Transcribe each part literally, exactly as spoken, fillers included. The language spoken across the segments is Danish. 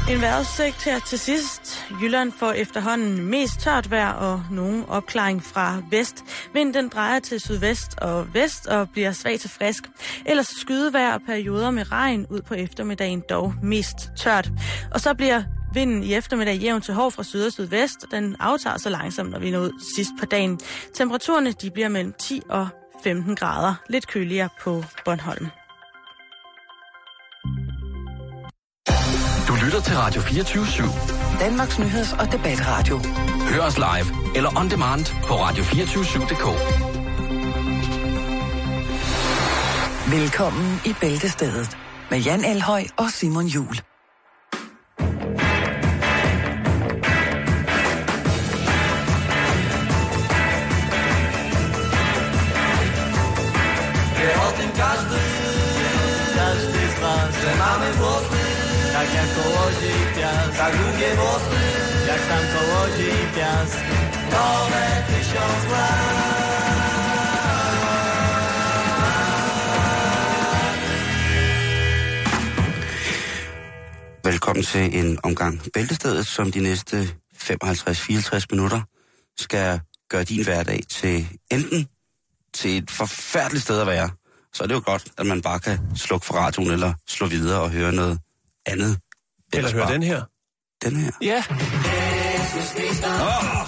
En vejrudsigt her til sidst. Jylland får efterhånden mest tørt vejr og nogen opklaring fra vest. Vinden den drejer til sydvest og vest og bliver svag til frisk. Ellers skydevejr og perioder med regn ud på eftermiddagen, dog mest tørt. Og så bliver vinden i eftermiddag jævn til hård fra syd og sydvest. Den aftager så langsomt, når vi når ud sidst på dagen. Temperaturerne de bliver mellem ti og femten grader. Lidt køligere på Bornholm. Du lytter til Radio fireogtyve syv. Danmarks nyheds- og debatradio. Hør os live eller on demand på radio to fire syv punktum d k. Velkommen i Bæltestedet med Jan Elhøj og Simon Juhl. Tak jak kołodziej piast, tak długie włosy, jak sam kołodziej piast, nowe tysiąc lat. Velkommen til en omgang Bæltestedet, som de næste femoghalvtreds til fireoghalvtreds minutter skal gøre din hverdag til enten til et forfærdeligt sted at være, så er det jo godt, at man bare kan slukke for radioen eller slå videre og høre noget andet. Eller høre den her. Den her? Ja. Oh.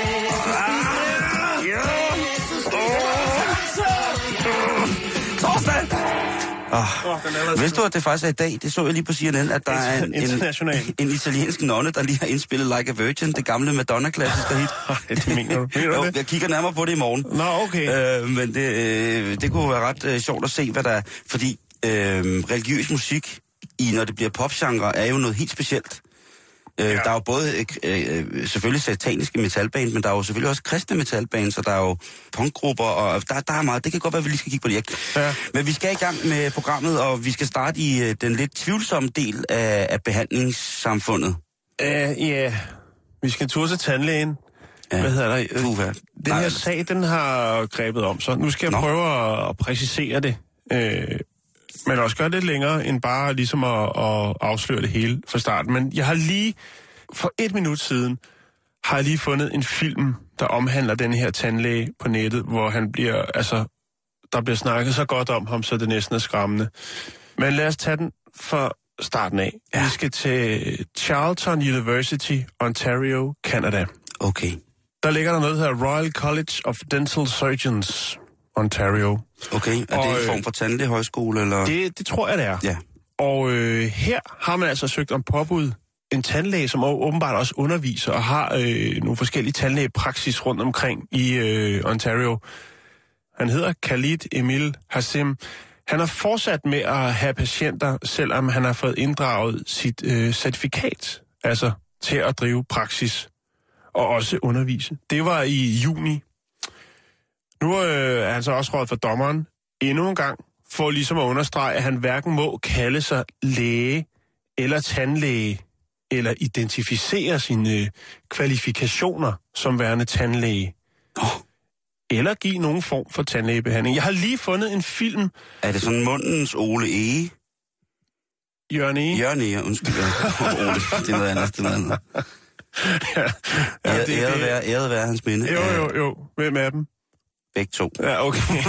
Torsdag! Oh. Oh, vidste du, at det faktisk er i dag? Det så jeg lige på C N N, at der er en, en, en italiensk nonne, der lige har indspillet Like a Virgin, det gamle Madonna-klassiske hit. Det mener du? Mener jo, det? Jeg kigger nærmere på det i morgen. Nå, okay. Øh, men det, øh, det kunne være ret øh, sjovt at se, hvad der er. Fordi øh, religiøs musik, i, når det bliver popgenre, er jo noget helt specielt. Øh, ja. Der er jo både øh, øh, selvfølgelig sataniske metalband, men der er jo selvfølgelig også kristne metalband, så der er jo punkgrupper, og der, der er meget. Det kan godt være, at vi lige skal kigge på det. Ja. Men vi skal i gang med programmet, og vi skal starte i øh, den lidt tvivlsomme del af, af behandlingssamfundet. Uh, ja, yeah. Vi skal tur til tandlægen. Ja. Hvad hedder det? Uh, den Nej, her sag, den har grebet om, så nu skal jeg Nå. prøve at, at præcisere det. Uh, Men også gøre det længere, end bare ligesom at, at afsløre det hele fra starten. Men jeg har lige, for et minut siden, har jeg lige fundet en film, der omhandler den her tandlæge på nettet, hvor han bliver, altså, der bliver snakket så godt om ham, så det næsten er skræmmende. Men lad os tage den fra starten af. Ja. Vi skal til Charlton University, Ontario, Canada. Okay. Der ligger der noget, der hedder Royal College of Dental Surgeons, Ontario. Okay, er og, det en form for tandlægehøjskole, eller? Det, det tror jeg, det er. Ja. Og øh, her har man altså søgt om påbud en tandlæge, som åbenbart også underviser og har øh, nogle forskellige tandlægepraksis rundt omkring i øh, Ontario. Han hedder Khalid Emil Hassim. Han har fortsat med at have patienter, selvom han har fået inddraget sit øh, certifikat, altså til at drive praksis og også undervise. Det var i juni. Nu øh, er han så også råd for dommeren endnu en gang, for ligesom at understrege, at han hverken må kalde sig læge eller tandlæge, eller identificere sine øh, kvalifikationer som værende tandlæge. Oh. Eller give nogen form for tandlægebehandling. Jeg har lige fundet en film. Er det sådan mundens Ole Ege? Jørgen Ege? Jørgen Ege, undskyld. Ole, det er noget andet, det er noget andet. ja, ja, æret, det, æret, det... Være, æret være hans minde. Jo, jo, jo. Hvem er dem? Begge to. Ja, okay.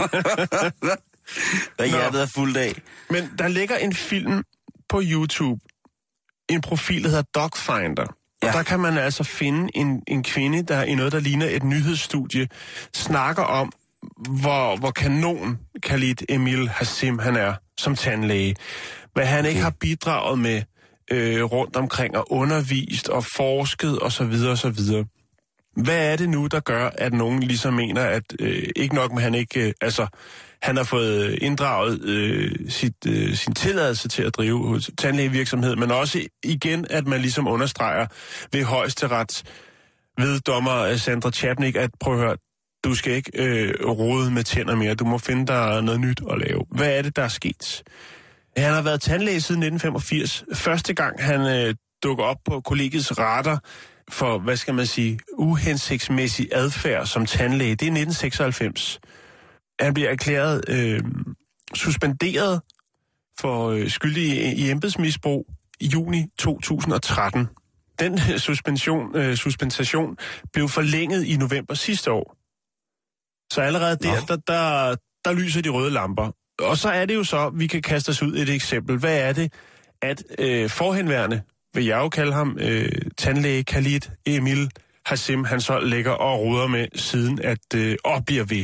Hvad hjertet er fuldt af. Men der ligger en film på YouTube. En profil, der hedder Dogfinder. Ja. Og der kan man altså finde en, en kvinde, der i noget, der ligner et nyhedsstudie, snakker om, hvor, hvor kanon Khalid Emil Hassim han er som tandlæge. Hvad han okay. ikke har bidraget med øh, rundt omkring og undervist og forsket osv. osv. Hvad er det nu, der gør, at nogen ligesom mener, at øh, ikke nok med han ikke, øh, altså han har fået inddraget øh, sit, øh, sin tilladelse til at drive tandlægevirksomhed, men også igen, at man ligesom understreger ved højesteret ved dommer Sandra Chapnik, at prøv at høre, du skal ikke øh, rode med tænder mere, du må finde dig noget nyt at lave. Hvad er det, der er sket? Han har været tandlæge siden nitten femogfirs. Første gang han øh, dukker op på kollegiets radar for, hvad skal man sige, uhensigtsmæssig adfærd som tandlæge, det er nitten seksoghalvfems. Han bliver erklæret øh, suspenderet for øh, skyldig i, i embedsmisbrug juni to tusind og tretten. Den suspension, øh, suspension blev forlænget i november sidste år. Så allerede der, der, der, der lyser de røde lamper. Og så er det jo så, vi kan kaste os ud et eksempel. Hvad er det, at øh, forhenværende, vil jeg jo kalde ham, øh, tandlæge Khalid Emil Hassim, han så lægger og roder med siden, at øh, og bliver ved.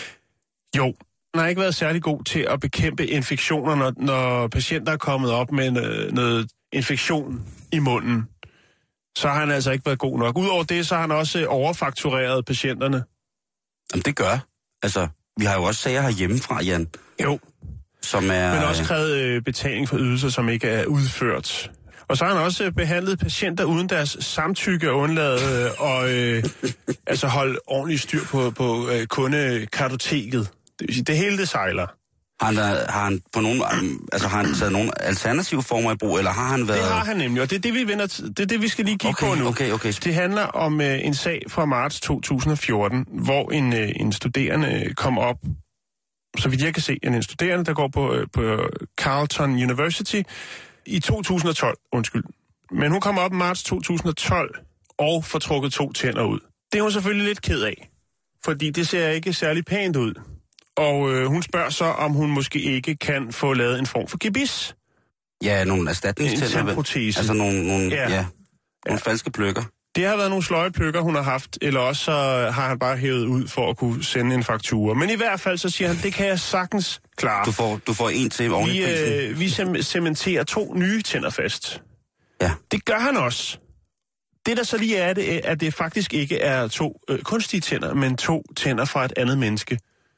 Jo, han har ikke været særlig god til at bekæmpe infektioner, når, når patienter er kommet op med noget, noget infektion i munden. Så har han altså ikke været god nok. Udover det, så har han også overfaktureret patienterne. Jamen, det gør. Altså, vi har jo også sager herhjemmefra, Jan. Jo. Som er... Men også krævet øh, betaling for ydelser, som ikke er udført. Og så har han også øh, behandlet patienter uden deres samtykke og undladet øh, og øh, altså holde ordentligt styr på, på øh, kundekartoteket. Det vil sige, det hele det sejler. Har han, har han på nogen, altså har han taget nogle alternative former i brug, eller har han været... Det har han nemlig, og det er det, vi, vender t- det, er det, vi skal lige kigge okay, på nu. Okay, okay. Det handler om øh, en sag fra marts to tusind og fjorten, hvor en, øh, en studerende kom op, så vidt jeg kan se, en studerende, der går på, øh, på Carleton University i to tusind og tolv, undskyld. Men hun kom op i marts to tusind og tolv og får trukket to tænder ud. Det er hun selvfølgelig lidt ked af, fordi det ser ikke særlig pænt ud. Og øh, hun spørger så, om hun måske ikke kan få lavet en form for gebis. Ja, nogle erstatningstænder. En tandprotese. Altså nogle, nogle, ja. Ja, nogle ja. falske pløkker. Det har været nogle sløje pløkker, hun har haft, eller også så har han bare hævet ud for at kunne sende en faktura. Men i hvert fald så siger han, det kan jeg sagtens klare. Du får, du får en til oven i prisen. Vi, øh, vi sem- cementerer to nye tænder fast. Ja. Det gør han også. Det der så lige er, det, at det faktisk ikke er to øh, kunstige tænder, men to tænder fra et andet menneske.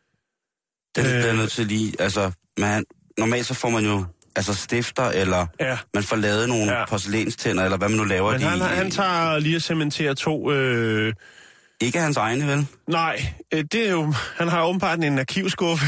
Det er øh, nødt til lige, altså, man, normalt så får man jo altså stifter, eller ja. Man får lavet nogle ja. porcelænstænder, eller hvad man nu laver. Men de, han, han tager lige at cementere to... Øh... Ikke hans egne, vel? Nej, det er jo... Han har åbenbart en arkivskuffe.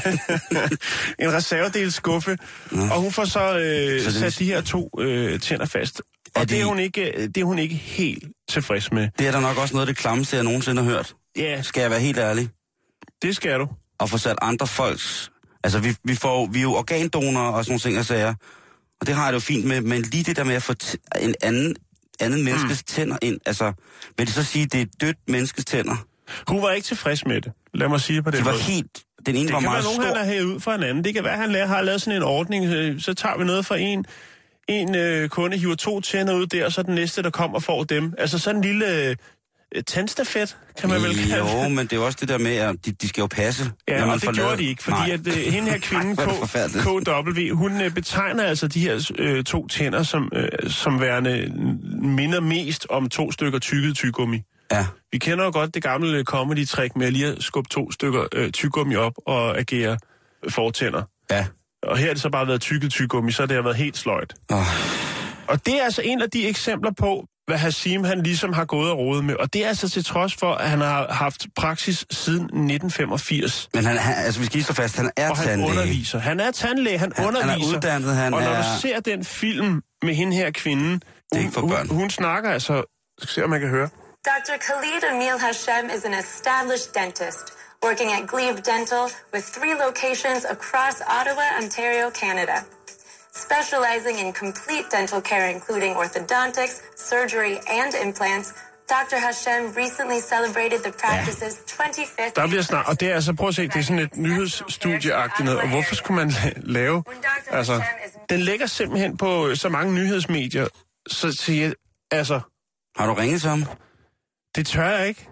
En reservedelsskuffe. Ja. Og hun får så, øh, så sat de her to øh, tænder fast. Og er det, det, er hun ikke, det er hun ikke helt tilfreds med. Det er der nok også noget af det klammeste, jeg nogensinde har hørt. Ja. Skal jeg være helt ærlig? Det skal du. Og få sat andre folks... Altså, vi, vi, får, vi er jo organdonorer og sådan nogle ting, jeg siger. Og det har jeg det jo fint med. Men lige det der med at få t- en anden, anden menneskes mm. tænder ind. Altså, vil det så sige, at det er et dødt menneskes tænder? Hun var ikke tilfreds med det. Lad mig sige på det. Det var måde. helt... Den ene det var meget stor. Det kan være nogen, han har hævet ud fra en anden. Det kan være, han har lavet sådan en ordning. Så tager vi noget fra en... En øh, kunde hiver to tænder ud der, og så den næste, der kommer, får dem. Altså sådan en lille... Øh, tandstafet, kan man vel kalde det. Jo, men det er også det der med, at de, de skal jo passe. Ja, og det gjorde lavet... de ikke, fordi Nej. at uh, hende her kvinden, K W, hun uh, betegner altså de her uh, to tænder som, uh, som værende minder mest om to stykker tykket tyggegummi. Ja. Vi kender jo godt det gamle comedy-trick med at lige at skubbe to stykker uh, tyggegummi op og agere fortænder. Ja. Og her har det så bare været tykket tyggegummi, så det har været helt sløjt. Oh. Og det er altså en af de eksempler på, hvad Hassim han ligesom har gået og rodet med. Og det er altså til trods for, at han har haft praksis siden nitten femogfirs. Men han, han altså vi skal lige så fast, han er og han tandlæge. underviser. Han er tandlæge, han, han underviser. Han er uddannet, han og når er... du ser den film med hende her kvinde, hun, hun, hun snakker altså... Skal se, om man kan høre. doctor Khalid Emil Hashem is an established dentist, working at Glebe Dental with three locations across Ottawa, Ontario, Canada. Specializing in complete dental care, including orthodontics, surgery, and implants, doctor Hashem recently celebrated the practice's twenty-fifth... Der bliver snart, og det er altså, prøv at se, det er sådan et nyhedsstudieagtigt noget, og hvorfor skulle man lave... Altså, den ligger simpelthen på så mange nyhedsmedier, så siger jeg, altså... Har du ringet til ham? Det tør jeg ikke.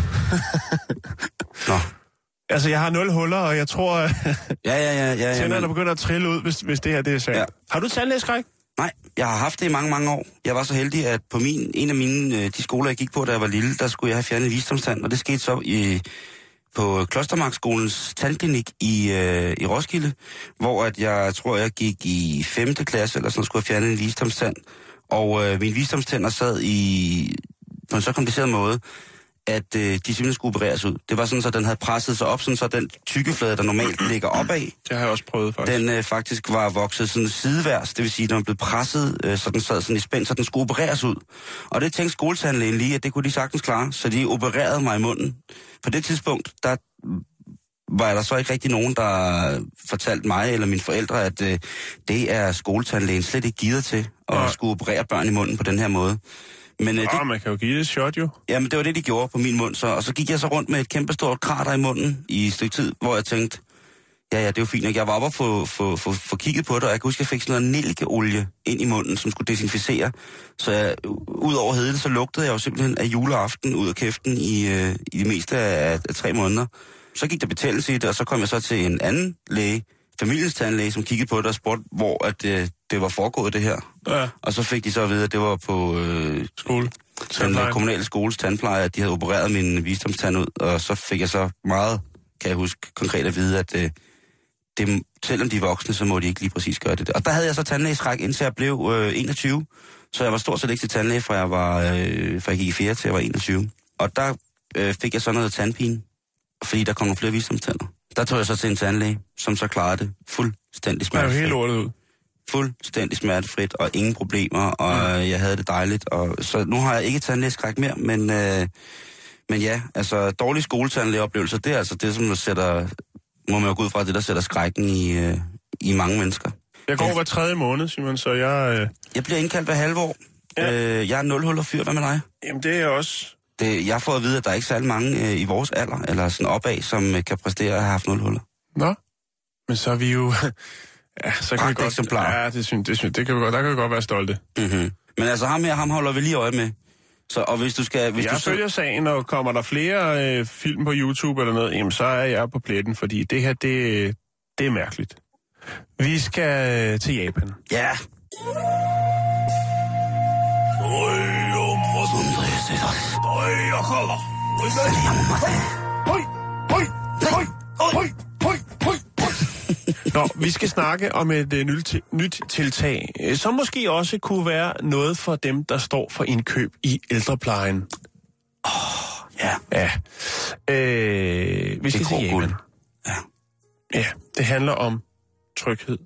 Nå. Altså, jeg har nul huller, og jeg tror, at ja, ja, ja, ja, tænderne men... begynder at trille ud, hvis, hvis det her det er sandt. Ja. Har du tandlægeskræk? Nej, jeg har haft det i mange, mange år. Jeg var så heldig, at på min, en af mine, de skoler, jeg gik på, da jeg var lille, der skulle jeg have fjernet en visdomstand, og det skete så i, på Klostermarkskolens tandklinik i, øh, i Roskilde, hvor at jeg tror, jeg gik i femte klasse, eller sådan noget, skulle have fjernet en visdomstand, og øh, min visdomstænder sad i, på en så kompliceret måde, at øh, de simpelthen skulle opereres ud. Det var sådan, så den havde presset sig op, sådan, så den tykkeflade, der normalt ligger opad, det har jeg også prøvet, faktisk. Den øh, faktisk var vokset sådan sideværs, det vil sige, at den var blevet presset, øh, så den sad sådan i spænd, så den skulle opereres ud. Og det tænkte skoletandlægen lige, at det kunne de sagtens klare, så de opererede mig i munden. På det tidspunkt, der var der så ikke rigtig nogen, der fortalte mig eller mine forældre, at øh, det er skoletandlægen slet ikke givet til at ja. skulle operere børn i munden på den her måde. Men, øh, ja, det, man kan jo give det et shot, jo. Jamen, det var det, de gjorde på min mund. Så, og så gik jeg så rundt med et kæmpestort krater i munden i et stykke tid, hvor jeg tænkte, ja, ja, det er jo fint. Jeg var oppe og få, få, få, få kigget på det, og jeg kan huske, at jeg fik sådan noget nellikeolie ind i munden, som skulle desinficere. Så jeg, ud over heden, så lugtede jeg jo simpelthen af juleaften ud af kæften i, øh, i det meste af, af tre måneder. Så gik der betændelse i det, og så kom jeg så til en anden læge, familiens tandlæge, som kiggede på det og spurgte, hvor at, øh, det var foregået det her. Ja. Og så fik de så at vide, at det var på øh, skole. Den kommunale skoles tandpleje, at de havde opereret min visdomstand ud, og så fik jeg så meget, kan jeg huske, konkret at vide, at øh, det, selvom de er voksne, så må de ikke lige præcis gøre det. Og der havde jeg så tandlægeskræk, indtil jeg blev øh, enogtyve, så jeg var stort set ikke til tandlæge, fra jeg, var, øh, fra jeg gik i fjerde til jeg var enogtyve. Og der øh, fik jeg så noget tandpine, fordi der kom nogle flere visdomstænder. Der tog jeg så til en tandlæge, som så klarede det fuldstændig smertefrit. Det er jo helt lortet ud. Fuldstændig smertefrit, og ingen problemer, og mm. jeg havde det dejligt. Og, så nu har jeg ikke tandlægeskræk mere, men, øh, men ja, altså dårlige skoletandlægeoplevelser, det er altså det, som der sætter, må man jo gå ud fra, det der sætter skrækken i, øh, i mange mennesker. Jeg går hver tredje måned, Simon, så jeg... Øh... Jeg bliver indkaldt hver halve år. Ja. Øh, jeg er nul-huller fyr, hvad med dig? Jamen det er jeg også... Det, jeg får at vide, at der er ikke særlig mange øh, i vores alder, eller sådan opad, som øh, kan præstere at have haft nul huller. Nå, men så er vi jo... ja, så kan vi godt... Eksemplar. Ja, det synes, det synes det kan vi godt, der kan vi godt være stolte. Mm-hmm. Men altså ham her, ham holder vi lige øje med. Så, og hvis du skal... Hvis jeg du følger så... sagen, og kommer der flere øh, film på YouTube eller noget, jamen så er jeg på pletten, fordi det her, det, det er mærkeligt. Vi skal øh, til Japan. Ja. Nå, vi skal snakke om et uh, nyt, nyt tiltag, som måske også kunne være noget for dem, der står for indkøb i ældreplejen. Åh, oh, ja. Ja. Øh, vi skal til Japan. Ja. Ja, det handler om tryghed.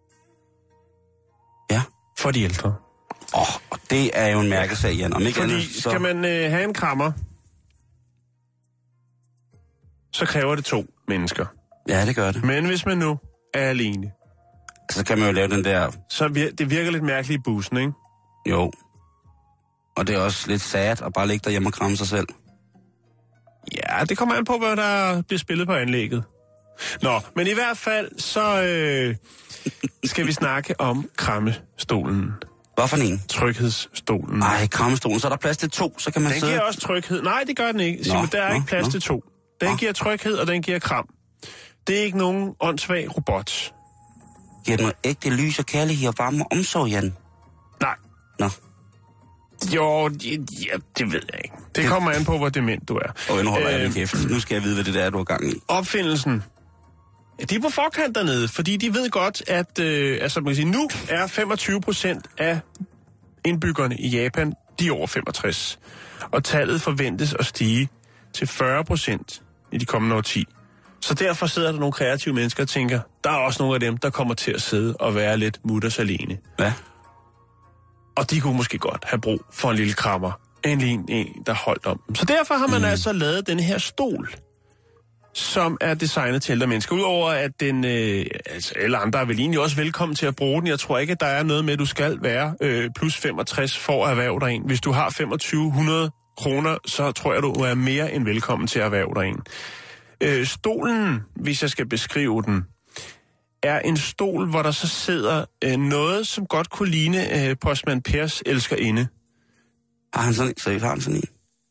Ja. For de ældre. Åh, oh, og det er jo en mærkesag, Jan. Om ikke Fordi andet, så... skal man øh, have en krammer, så kræver det to mennesker. Ja, det gør det. Men hvis man nu er alene, så kan man jo lave den der... Så vir- det virker lidt mærkeligt i bussen, ikke? Jo. Og det er også lidt sad at bare ligge derhjemme og kramme sig selv. Ja, det kommer an på, hvad der bliver spillet på anlægget. Nå, men i hvert fald, så øh, skal vi snakke om krammestolen. Hvad for en? Tryghedsstolen. Nej, krammestolen, så er der plads til to, så kan man den sidde... Den giver også tryghed. Nej, det gør den ikke. Simon, der er nå, ikke plads nå. til to. Den nå. giver tryghed, og den giver kram. Det er ikke nogen åndssvag robot. Giver den noget ægte lys og kærlighed og varme og omsorg, Jan? Nej. Nå. Jo, ja, det ved jeg ikke. Det kommer an på, hvor dement du er. Og nu holder øh, jeg min kæft. Nu skal jeg vide, hvad det der er, du har gang i. Opfindelsen. Ja, de er på forkant dernede, fordi de ved godt, at øh, altså, man kan sige, nu er femogtyve procent af indbyggerne i Japan, de er over femogtres. Og tallet forventes at stige til fyrre procent i de kommende årti. Så derfor sidder der nogle kreative mennesker og tænker, der er også nogle af dem, der kommer til at sidde og være lidt mutters alene. Ja. Og de kunne måske godt have brug for en lille krammer. En en, en der holdt om dem. Så derfor har man mm. altså lavet den her stol, som er designet til ældre mennesker. Udover at den, øh, altså alle andre er vel egentlig også velkommen til at bruge den. Jeg tror ikke, at der er noget med, at du skal være øh, plus femogtres for at erhverve dig en. Hvis du har femogtyve hundrede kroner, så tror jeg, du er mere end velkommen til at erhverve dig en. Øh, stolen, hvis jeg skal beskrive den, er en stol, hvor der så sidder øh, noget, som godt kunne ligne øh, postmand Pers elskerinde. Har han sådan en? Så har han sådan en?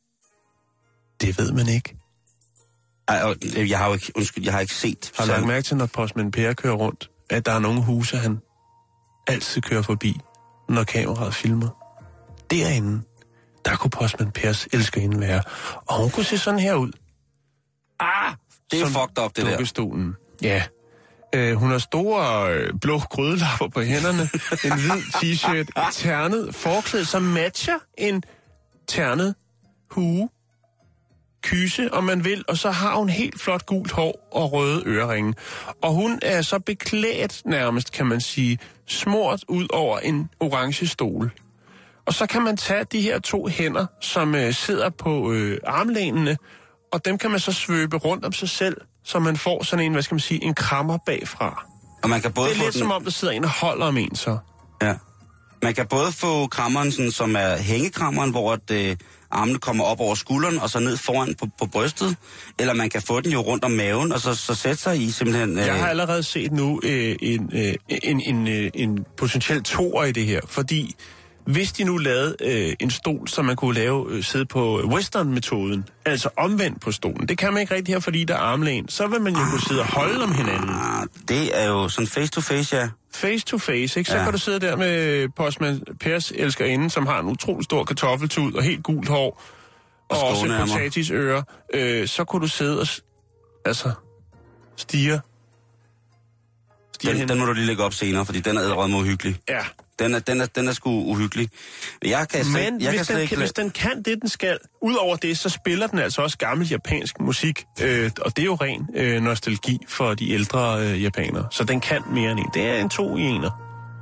Det ved man ikke. Ej, jeg har jo ikke, undskyld, jeg har ikke set. Har du lagt mærke til, når postmand Per kører rundt, at der er nogle huse, han altid kører forbi, når kameraet filmer? Derinde, der kunne postmand Pers elskerinde være. Og hun kunne se sådan her ud. Ah, det er som fucked up, det der. Dukkestolen. Ja. Øh, hun har store øh, blå grydelapper på hænderne, en hvid t-shirt, et ternet forklæde, som matcher en ternet hue, kyse, om man vil, og så har hun helt flot gult hår og røde øreringe. Og hun er så beklædt nærmest, kan man sige, smurt ud over en orange stol. Og så kan man tage de her to hænder, som øh, sidder på øh, armlænene, og dem kan man så svøbe rundt om sig selv, så man får sådan en, hvad skal man sige, en krammer bagfra. Og man kan både det er få lidt den... som om, der sidder en og holder om en, så. Ja. Man kan både få krammeren, sådan, som er hængekrammeren, hvor at, øh, armene kommer op over skulderen, og så ned foran på, på brystet. Eller man kan få den jo rundt om maven, og så, så sætte sig i simpelthen... Øh... Jeg har allerede set nu øh, en, øh, en, en, øh, en potentiel toer i det her, fordi hvis de nu lavede øh, en stol, som man kunne lave øh, sidde på western-metoden, altså omvendt på stolen, det kan man ikke rigtig her, fordi der er armlæn, så vil man jo kunne sidde og holde om hinanden. Ah, det er jo sådan face-to-face, ja. Face-to-face, ikke? Så ja. Kan du sidde der med postmand Pers elskerinde, som har en utrolig stor kartoffeltud og helt gult hår, og, og også potatisører. Øh, så kunne du sidde og altså stige. Den, den må du lige lægge op senere, fordi den er æderrødme uhyggelig. Ja. Den er, den er, den er sgu uhyggelig. Jeg kan slet, Men jeg hvis, kan den, ikke... hvis den kan det, den skal, udover det, så spiller den altså også gammel japansk musik. Øh, og det er jo ren øh, nostalgi for de ældre øh, japanere. Så den kan mere end en. Det er en to i ener.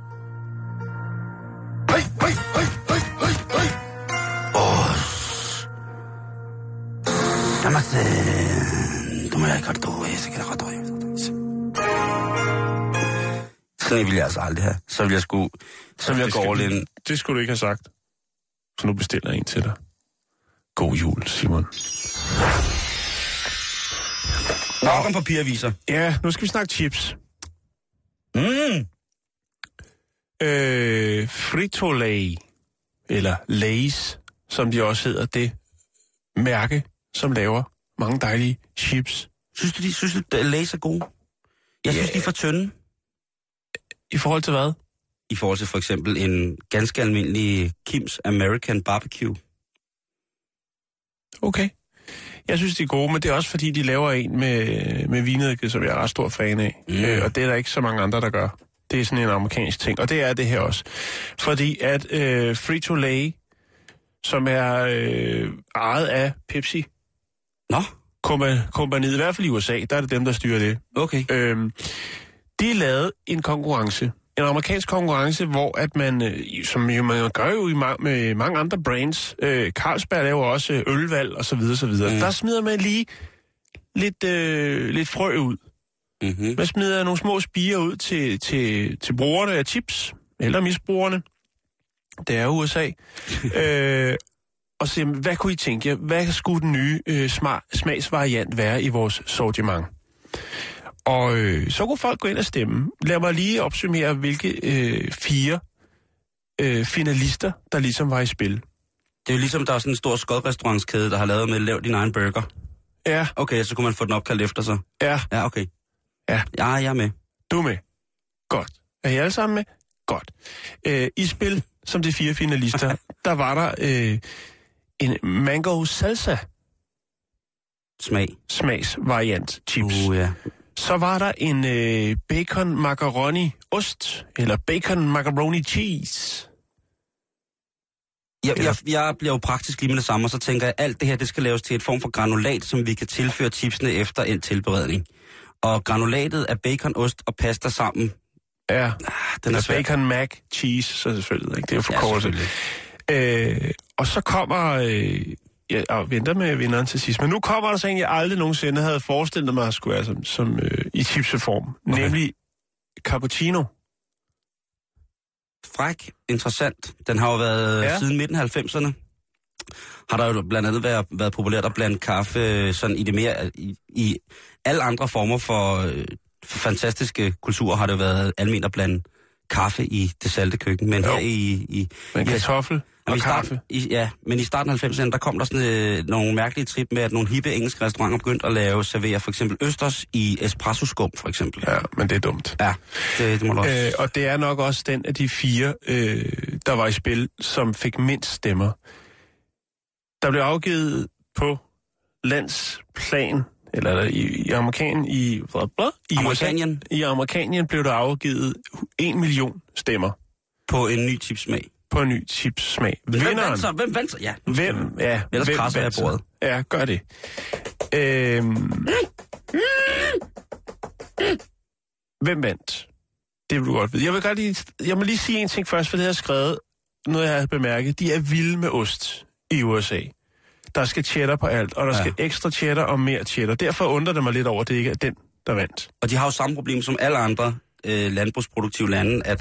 Hej, hej, hej, hej, hej, hej. Åh. Namaste. Du må jeg ikke have det, jeg skal ikke have det. Sådan ville jeg altså aldrig have. Så ville jeg sgu... Så ville jeg gå all in. Det skulle du ikke have sagt. Så nu bestiller jeg en til dig. God jul, Simon. Nok om papiraviser. Ja, nu skal vi snakke chips. Mm. Øh, Frito-Lay, eller Lays, som de også hedder, det mærke, som laver mange dejlige chips. Synes du, de synes, at Lays er gode? Jeg synes, ja. De er for tynde. I forhold til hvad? I forhold til for eksempel en ganske almindelig Kim's American Barbecue. Okay. Jeg synes, de er gode, men det er også fordi, de laver en med, med vinedike, som jeg er ret stor fan af. Mm. Øh, og det er der ikke så mange andre, der gør. Det er sådan en amerikansk ting, og det er det her også. Fordi at øh, Frito-Lay, som er øh, ejet af Pepsi, Nå? kompagniet, i hvert fald i U S A, der er det dem, der styrer det. Okay. Øhm, de lavede en konkurrence. En amerikansk konkurrence, hvor at man, øh, som man gør jo i ma- med mange andre brands, øh, Carlsberg laver også ølvalg og så videre, så videre. Mm. Der smider man lige lidt, øh, lidt frø ud. Mm-hmm. Man smider nogle små spirer ud til, til, til brugerne af chips, eller misbrugerne. Det er U S A. øh, og se, hvad kunne I tænke jer? Hvad skulle den nye øh, smag, smagsvariant være i vores sortiment? Og øh, så kunne folk gå ind og stemme. Lad mig lige opsummere, hvilke øh, fire øh, finalister, der ligesom var i spil. Det er jo ligesom, der er sådan en stor skodrestaurantskæde, der har lavet med lav din egen burger. Ja. Okay, så kunne man få den opkaldt efter sig. Ja. Ja, okay. Ja. Ja, jeg er med. Du er med. Godt. Er I alle sammen med? Godt. Øh, I spil, som de fire finalister, der var der øh, en mango salsa smag. Smagsvariant chips. Uh, ja. Så var der en øh, bacon macaroni ost, eller bacon macaroni cheese. Jeg, jeg, jeg bliver jo praktisk lige med det samme, og så tænker jeg, at alt det her, det skal laves til et form for granulat, som vi kan tilføre chipsene efter en tilberedning. Og granulatet er bacon, ost og pasta sammen. Ja, ah, den er bacon mac cheese, så selvfølgelig, ikke? Det er jo forkortet. Ja, øh, og så kommer... Øh, jeg ja, venter med vinderen til sidst. Men nu kommer der så en, jeg aldrig nogensinde havde forestillet mig, at skulle være som, som øh, i chipseform. Okay. Nemlig cappuccino. Fræk, interessant. Den har jo været ja. Siden midten af halvfemserne. Har der jo blandt andet været, været populært at blande kaffe sådan i det mere... I, i alle andre former for, øh, for fantastiske kulturer har det været almindeligt at blande kaffe i det salte køkken. Men jo. Her i... i men kartoffel og i kaffe. Start, i, ja, men i starten af halvfemserne, der kom der sådan øh, nogle mærkelige trip med, at nogle hippe engelske restauranter begyndte at lave, servere for eksempel østers i espresso-skum, for eksempel. Ja, men det er dumt. Ja, det, det må du også. Øh, og det er nok også den af de fire, øh, der var i spil, som fik mindst stemmer. Der blev afgivet på landsplan, eller i, i amerikan, i, bla, bla, i Amerikanien. U S A, i Amerikanien blev der afgivet en million stemmer. På en ny chipsmag. På en ny chipssmag. Hvem vandt så? Hvem vandt så? Ja. Hvem, ja. Ellers krasser jeg bordet. Ja, gør det. Øhm, hvem vandt? Det vil du godt vide. Jeg vil, godt lige, jeg må lige sige en ting først, for det har jeg skrevet, noget jeg har bemærket. De er vilde med ost i U S A. Der der skal cheddar på alt, og der ja. skal ekstra cheddar og mere cheddar. Derfor undrer det mig lidt over, at det ikke er den, der vandt. Og de har jo samme problem som alle andre øh, landbrugsproduktive lande, at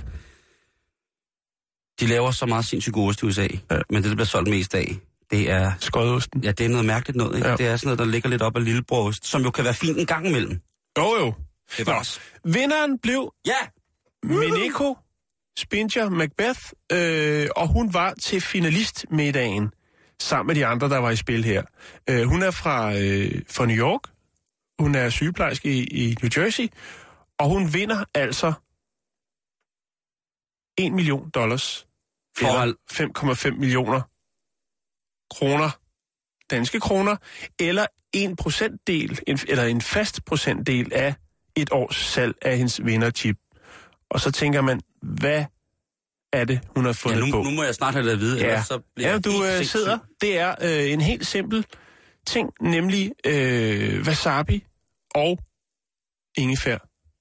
de laver så meget sindssygt god ost i U S A, ja. men det, der bliver solgt mest af, det er... Skoddeosten. Ja, det er noget mærkeligt noget, ikke? Ja. Det er sådan noget, der ligger lidt op af lillebrost, som jo kan være fint en gang imellem. Jo, jo. Det var også. Vinderen blev... Ja! Mineko Spinger Macbeth, øh, og hun var til finalistmiddagen sammen med de andre, der var i spil her. Øh, hun er fra, øh, fra New York. Hun er sygeplejerske i, i New Jersey, og hun vinder altså en million dollars. For fem komma fem millioner kroner, danske kroner, eller en procentdel, en, eller en fast procentdel af et års salg af hendes vinderchip. Og så tænker man, hvad er det, hun har fundet ja, nu, på? Nu må jeg snart have det at vide, ja. ellers så bliver ja, du øh, sidder. Det er øh, en helt simpel ting, nemlig øh, wasabi og ingefær.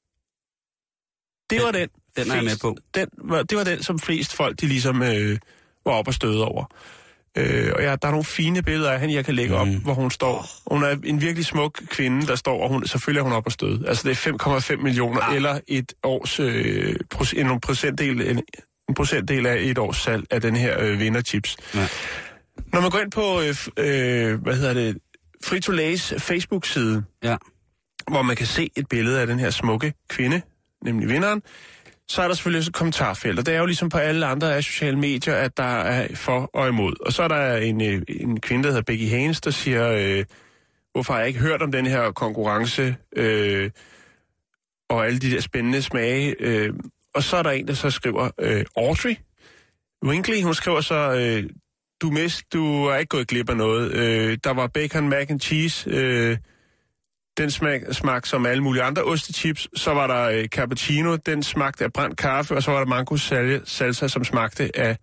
Det var den. Den, den er jeg med på. Den var, det var den, som flest folk, de ligesom øh, var op og støde over. Øh, og ja, der er nogle fine billeder af hende, jeg kan lægge mm. op, hvor hun står. Hun er en virkelig smuk kvinde, der står, og hun, selvfølgelig er hun op og støde. Altså det er fem komma fem millioner, ah. eller et års, øh, en, procentdel, en, en procentdel af et års salg af den her øh, vinderchips. Ja. Når man går ind på, øh, øh, hvad hedder det, Frito-Lays Facebook-side, ja. hvor man kan se et billede af den her smukke kvinde, nemlig vinderen, så er der selvfølgelig også et kommentarfelt, og det er jo ligesom på alle andre af sociale medier, at der er for og imod. Og så er der en, en kvinde, der hedder Becky Haynes, der siger, øh, hvorfor har jeg ikke hørt om den her konkurrence, øh, og alle de der spændende smage. Øh. Og så er der en, der så skriver, øh, Audrey Winkley, hun skriver så, øh, du mist, du er ikke gået glip af noget. Øh, der var bacon, mac and cheese, øh, den smag, smag som alle mulige andre ostechips. Så var der øh, cappuccino, den smagte af brændt kaffe, og så var der mango salsa, som smagte af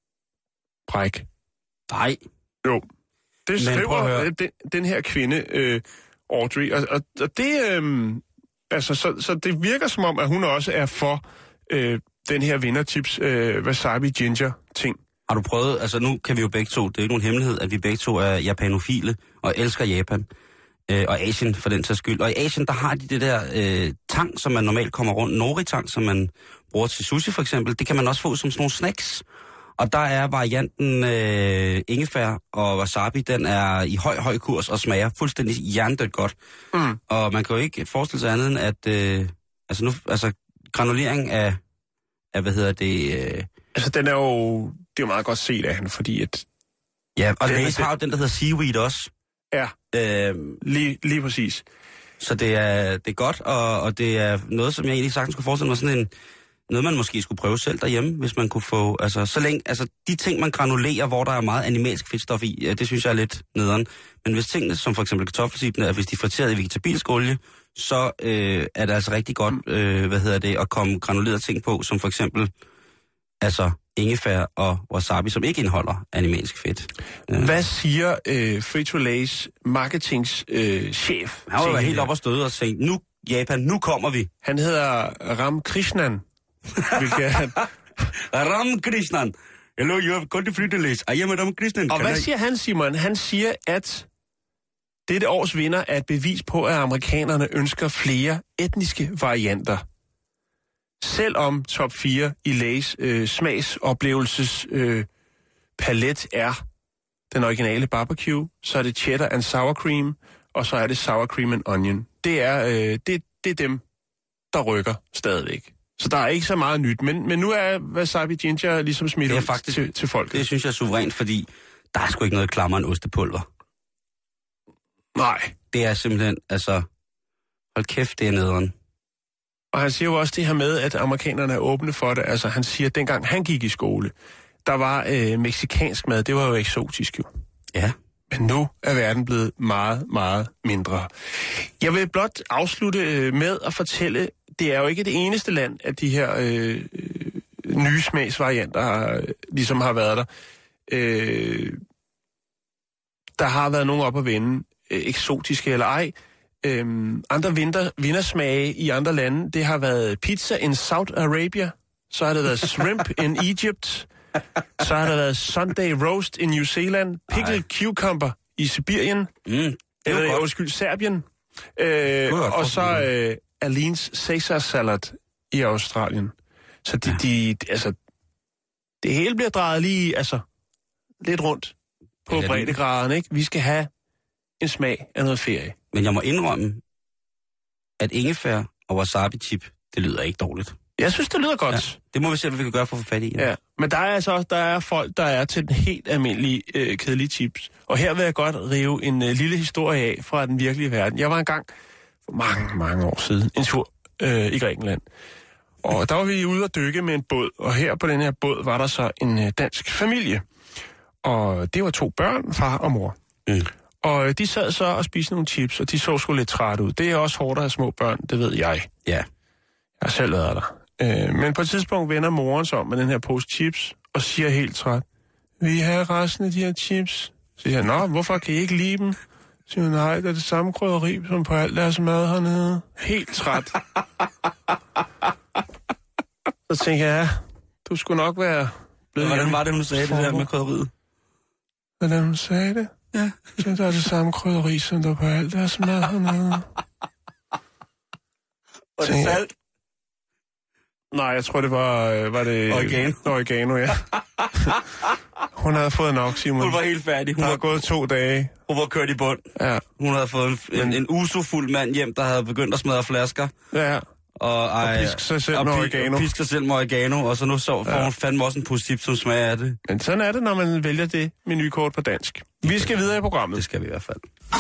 bræk. Nej. Jo. Det skriver den, den her kvinde, øh, Audrey, og, og, og det, øh, altså, så, så det virker som om, at hun også er for øh, den her vinderchips øh, wasabi ginger ting. Har du prøvet, altså nu kan vi jo begge to, det er ikke nogen hemmelighed, at vi begge to er japanofile og elsker Japan. Øh, og Asien for den sags skyld. Og i Asien, der har de det der øh, tang, som man normalt kommer rundt, nori-tang, som man bruger til sushi for eksempel. Det kan man også få som sådan nogle snacks. Og der er varianten øh, ingefær og wasabi, den er i høj, høj kurs og smager fuldstændig hjernedødt godt. Mm. Og man kan jo ikke forestille sig andet end, at øh, altså nu, altså granulering af, af hvad hedder det... Øh, altså den er jo, det er jo meget godt set af hende, fordi at... Ja, og Lays har jo den, der hedder seaweed også. Ja, øhm, lige, lige præcis. Så det er, det er godt, og, og det er noget, som jeg egentlig sagtens skulle forestille mig sådan en... Noget, man måske skulle prøve selv derhjemme, hvis man kunne få... Altså, så længe... Altså, de ting, man granulerer, hvor der er meget animalsk fedtstof i, det synes jeg er lidt nederen. Men hvis tingene, som for eksempel kartoffelchipene, at hvis de er friteret i vegetabilsk olie, så øh, er det altså rigtig godt, øh, hvad hedder det, at komme granulerede ting på, som for eksempel... Altså, ingefær og wasabi, som ikke indeholder animalsk fedt. Ja. Hvad siger øh, Frito-Lays marketingschef? Øh, chef, han var helt op og støde og sagde, nu Japan, nu kommer vi. Han hedder Ram Krishnan. Hvilket han... Ram Krishnan. Hello, you have gone to Frito-Lays. I am Ram Krishnan. Og Can hvad I... siger han, Simon? Han siger, at dette års vinder er et bevis på, at amerikanerne ønsker flere etniske varianter. Selvom top fire i Lays øh, smagsoplevelses øh, palet er den originale barbecue, så er det cheddar and sour cream, og så er det sour cream and onion. Det er, øh, det, det er dem, der rykker stadigvæk. Så der er ikke så meget nyt, men, men nu er wasabi ginger ligesom smidt ud faktisk, til, til folk. Det synes jeg er suverænt, fordi der er sgu ikke noget klammer end ostepulver. Nej. Det er simpelthen, altså, hold kæft, det er nederen. Og han siger jo også det her med, at amerikanerne er åbne for det. Altså, han siger, at dengang han gik i skole, der var øh, mexikansk mad, det var jo eksotisk jo. Ja. Men nu er verden blevet meget, meget mindre. Jeg vil blot afslutte øh, med at fortælle, det er jo ikke det eneste land, at de her øh, nye smagsvarianter har, ligesom har været der. Øh, der har været nogen op at vende, øh, eksotiske eller ej. Øhm, andre vinter, vindersmage i andre lande, det har været pizza in Saudi Arabia, så har det været shrimp in Egypt, så har der været Sunday roast in New Zealand, pickled Ej. cucumber i Sibirien. Mm, eller, undskyld, Serbien. Øh, og så øh, Alins Caesar salad i Australien. Så de, ja. de, altså, det hele bliver drejet lige, altså, lidt rundt på ja, breddegraden, ikke? Vi skal have en smag af noget ferie. Men jeg må indrømme, at ingefær og wasabi-chip, det lyder ikke dårligt. Jeg synes, det lyder godt. Ja, det må vi se, hvad vi kan gøre for at få fat i. Ja. Ja, men der er altså også, der er folk, der er til den helt almindelige øh, kedelige chips. Og her vil jeg godt rive en øh, lille historie af fra den virkelige verden. Jeg var engang for mange, mange år siden en tur øh, i Grækenland. Og der var vi ude at dykke med en båd, og her på den her båd var der så en øh, dansk familie. Og det var to børn, far og mor. Mm. Og øh, de sad så og spiste nogle chips, og de så sgu lidt træt ud. Det er også hårdt at have små børn, det ved jeg. Ja. Jeg har selv været der. Øh, men på et tidspunkt vender moren sig om med den her pose chips, og siger helt træt, vil I have resten af de her chips? Så siger jeg, nå, hvorfor kan I ikke lide dem? Så siger jeg, nej, det er det samme krydderi, som på alt deres mad hernede. Helt træt. Så tænker jeg, ja, du skulle nok være blevet... Hvordan var det, hun sagde det der med krydderiet? Hvordan hun sagde det? Ja. Så der er det samme krydderi, som der på alt deres mad hernede. Og det salt? Nej, jeg tror, det var... Var det... Oregano. Oregano, ja. Hun havde fået nok, Simon. Hun var helt færdig. Hun der var var gået to dage. Hun var kørt i bund. Ja. Hun havde fået en, en, en usofuld mand hjem, der havde begyndt at smadre flasker. Ja. Og, ej, og piske sig selv og med pi- oregano. Og piske sig selv med oregano, og så nu så får ja. hun fandme også en positiv som smager af det. Men sådan er det, når man vælger det menukort på dansk. Vi skal videre i programmet. Det skal vi i hvert fald.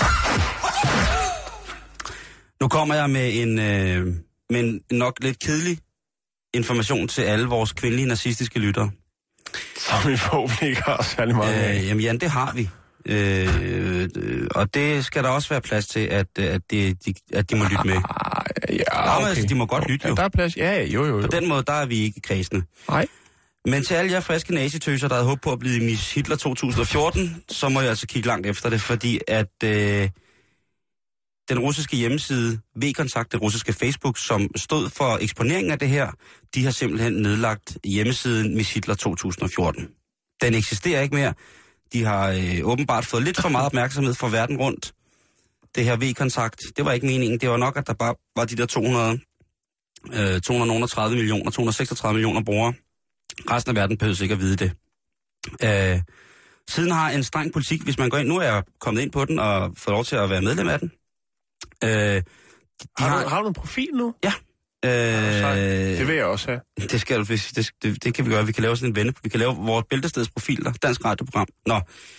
Nu kommer jeg med en, øh, med en nok lidt kedelig information til alle vores kvindelige nazistiske lyttere. Som vi forhåbentlig ikke har særlig meget af. Øh, jamen, Jan, det har vi. Øh, øh, og det skal der også være plads til, at, at, de, de, at de må lytte med. Ja, okay. Altså, de må godt lytte, jo. Ja, der er plads. Ja, jo, jo, jo. På den måde, der er vi ikke kredsende. Nej. Men til alle jer friske nazitøser, der havde håbet på at blive Miss Hitler to tusind og fjorten, så må jeg altså kigge langt efter det, fordi at øh, den russiske hjemmeside V-Kontakt, det russiske Facebook, som stod for eksponeringen af det her, de har simpelthen nedlagt hjemmesiden Miss Hitler to tusind og fjorten. Den eksisterer ikke mere. De har øh, åbenbart fået lidt for meget opmærksomhed fra verden rundt. Det her V-Kontakt, det var ikke meningen. Det var nok, at der bare var de der to hundrede, øh, to hundrede og tredive millioner, to hundrede og seksogtredive millioner brugere. Resten af verden behøver ikke at vide det. Øh, siden har en streng politik, hvis man går ind, nu er jeg kommet ind på den og fået lov til at være medlem af den. Øh, de har, har, du, har du en profil nu? Ja. Øh, det vil jeg også have. Det skal du, det, det, det kan vi gøre. Vi kan lave sådan en vende. Vi kan lave vores bæltestedsprofil, der, dansk radioprogram. Nå.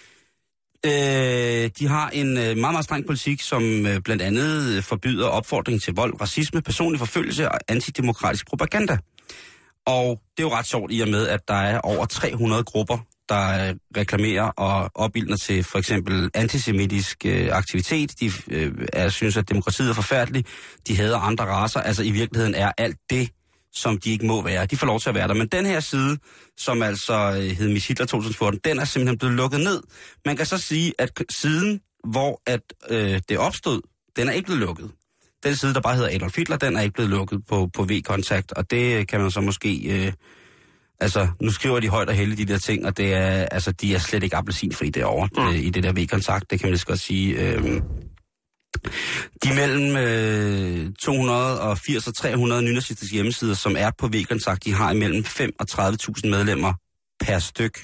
Øh, de har en meget, meget streng politik, som øh, blandt andet forbyder opfordring til vold, racisme, personlig forfølgelse og antidemokratisk propaganda. Og det er jo ret sjovt i og med, at der er over tre hundrede grupper, der reklamerer og opildner til for eksempel antisemitisk øh, aktivitet. De øh, er, synes, at demokratiet er forfærdeligt. De hader andre racer. Altså i virkeligheden er alt det, som de ikke må være. De får lov til at være der. Men den her side, som altså øh, hed Miss Hitler to tusind og fjorten, den er simpelthen blevet lukket ned. Man kan så sige, at siden, hvor at, øh, det opstod, den er ikke blevet lukket. Den side, der bare hedder Adolf Hitler, den er ikke blevet lukket på, på V-Kontakt. Og det kan man så måske... Øh, Altså, nu skriver de højt og heldigt de der ting, og det er, altså, de er slet ikke appelsinfri derovre mm. øh, i det der V-Kontakt, det kan man lige så godt sige. Øh, de mellem øh, to hundrede og firs og tre hundrede nynazistiske hjemmesider, som er på V-Kontakt, de har imellem fem og tredive tusind medlemmer per styk.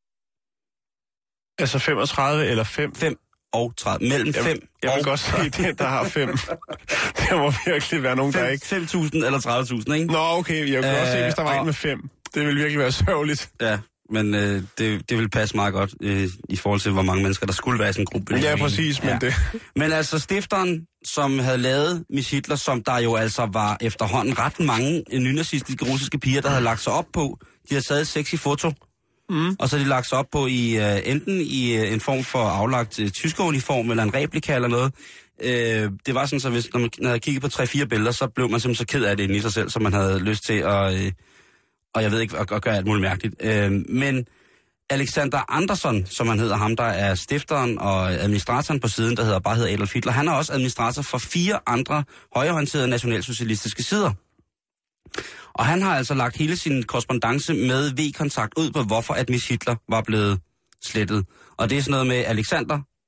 Altså femogtredive eller fem? fem og tredive. Mellem fem jeg, jeg vil og... godt sige, den, der har fem. Der må virkelig være nogen, der ikke... fem tusind eller tredive tusind, ikke? Nå, okay. Jeg kan øh, også se, hvis der var og... en med fem. Det vil virkelig være sørgeligt. Ja, men øh, det, det vil passe meget godt øh, i forhold til, hvor mange mennesker, der skulle være i sådan en gruppe. Ja, præcis, men ja. det... Men altså, stifteren, som havde lavet Miss Hitler, som der jo altså var efterhånden ret mange nynazistiske russiske piger, der havde lagt sig op på. De havde taget et sexy foto, mm. og så havde de lagt sig op på i øh, enten i øh, en form for aflagt øh, tyskeruniform, eller en replika eller noget. Øh, det var sådan, så hvis når man havde kigget på tre-fire billeder, så blev man simpelthen så ked af det i sig selv, så man havde lyst til at... Øh, og jeg ved ikke, at gøre alt muligt mærkeligt. Øh, men Alexander Andersson, som han hedder, ham der er stifteren og administratoren på siden, der hedder bare hedder Adolf Hitler, han er også administrator for fire andre højreorienterede nationalsocialistiske sider. Og han har altså lagt hele sin korrespondance med V-Kontakt ud på, hvorfor at Miss Hitler var blevet slettet. Og det er sådan noget med Alexander,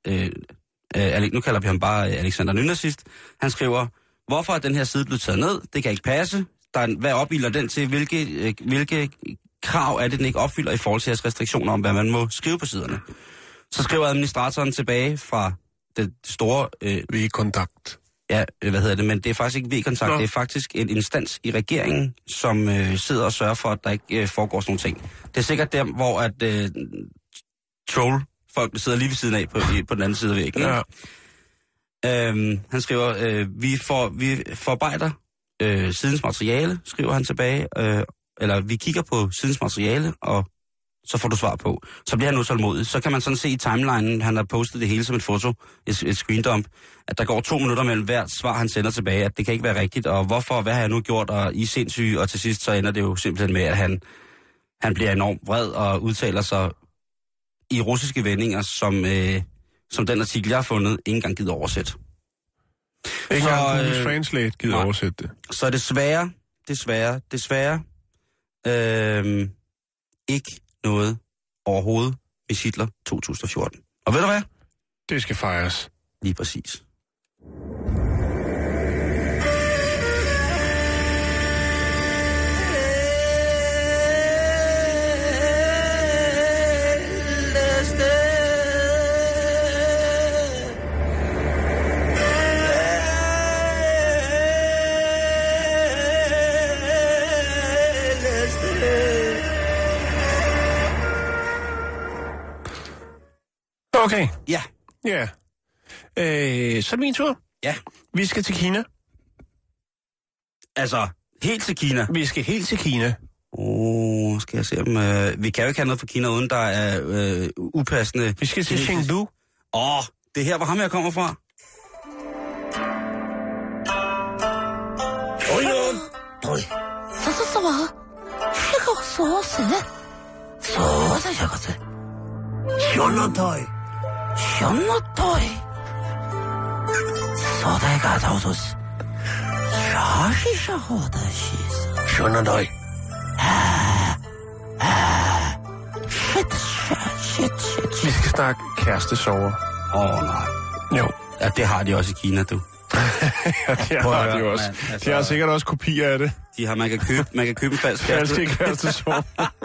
øh, øh, nu kalder vi ham bare Alexander Nynazist, han skriver, hvorfor er den her side blevet taget ned? Det kan ikke passe. Der er, hvad opbilder den til? Hvilke, øh, hvilke krav er det, den ikke opfylder i forhold til jeres restriktioner om, hvad man må skrive på siderne? Så skriver administratoren tilbage fra det store... Øh, V-kontakt. Ja, hvad hedder det, men det er faktisk ikke V-kontakt, Nå. Det er faktisk en instans i regeringen, som øh, sidder og sørger for, at der ikke øh, foregår sådan nogle ting. Det er sikkert der, hvor at øh, troll-folk sidder lige ved siden af på, i, på den anden side af væggen. Ja. Øhm, han skriver, øh, vi, får, vi forarbejder øh, sidens materiale, skriver han tilbage, øh, eller vi kigger på sidens materiale, og så får du svar på. Så bliver han utålmodig. Så kan man sådan se i timelinen, han har postet det hele som et foto, et, et screendump, at der går to minutter mellem hvert svar, han sender tilbage, at det kan ikke være rigtigt, og hvorfor, hvad har jeg nu gjort, og I er sindssyge, og til sidst så ender det jo simpelthen med, at han, han bliver enormt vred og udtaler sig i russiske vendinger, som, øh, som den artikel, jeg har fundet, ikke engang gider oversætte. Ikke engang Google Translate gider nej. oversætte det. Så desværre, desværre, desværre, øh, ikke noget overhovedet i Hitler to tusind og fjorten. Og ved du hvad? Det skal fejres. Lige præcis. Okay. Ja. Ja. Øh, så er det min tur. Ja. Vi skal til Kina. Altså, helt til Kina? Vi skal helt til Kina. Åh, oh, skal jeg se om... Øh, vi kan jo ikke have noget fra Kina, uden der er øh, upassende... Vi skal til Chengdu. Åh, oh, det er her, hvor ham jeg kommer fra. Oj, oj. Så, så, så, hvad? Jeg går så, så. Så, så, jeg går til. Shonotøj. Shonotøj. Så der ikke er tavsus. Shashi shahodashis. Shonotøj. Ah, ah. Shit, shit, shit, shit. Vi skal snakke kærestesover. Åh, oh, nej. Jo. Ja, det har de også i Kina, du. Ja, det har de jo også. Man, altså, de har sikkert også kopier af det. De har, man kan købe, man kan købe en falsk kæreste. Falsk kærestesover.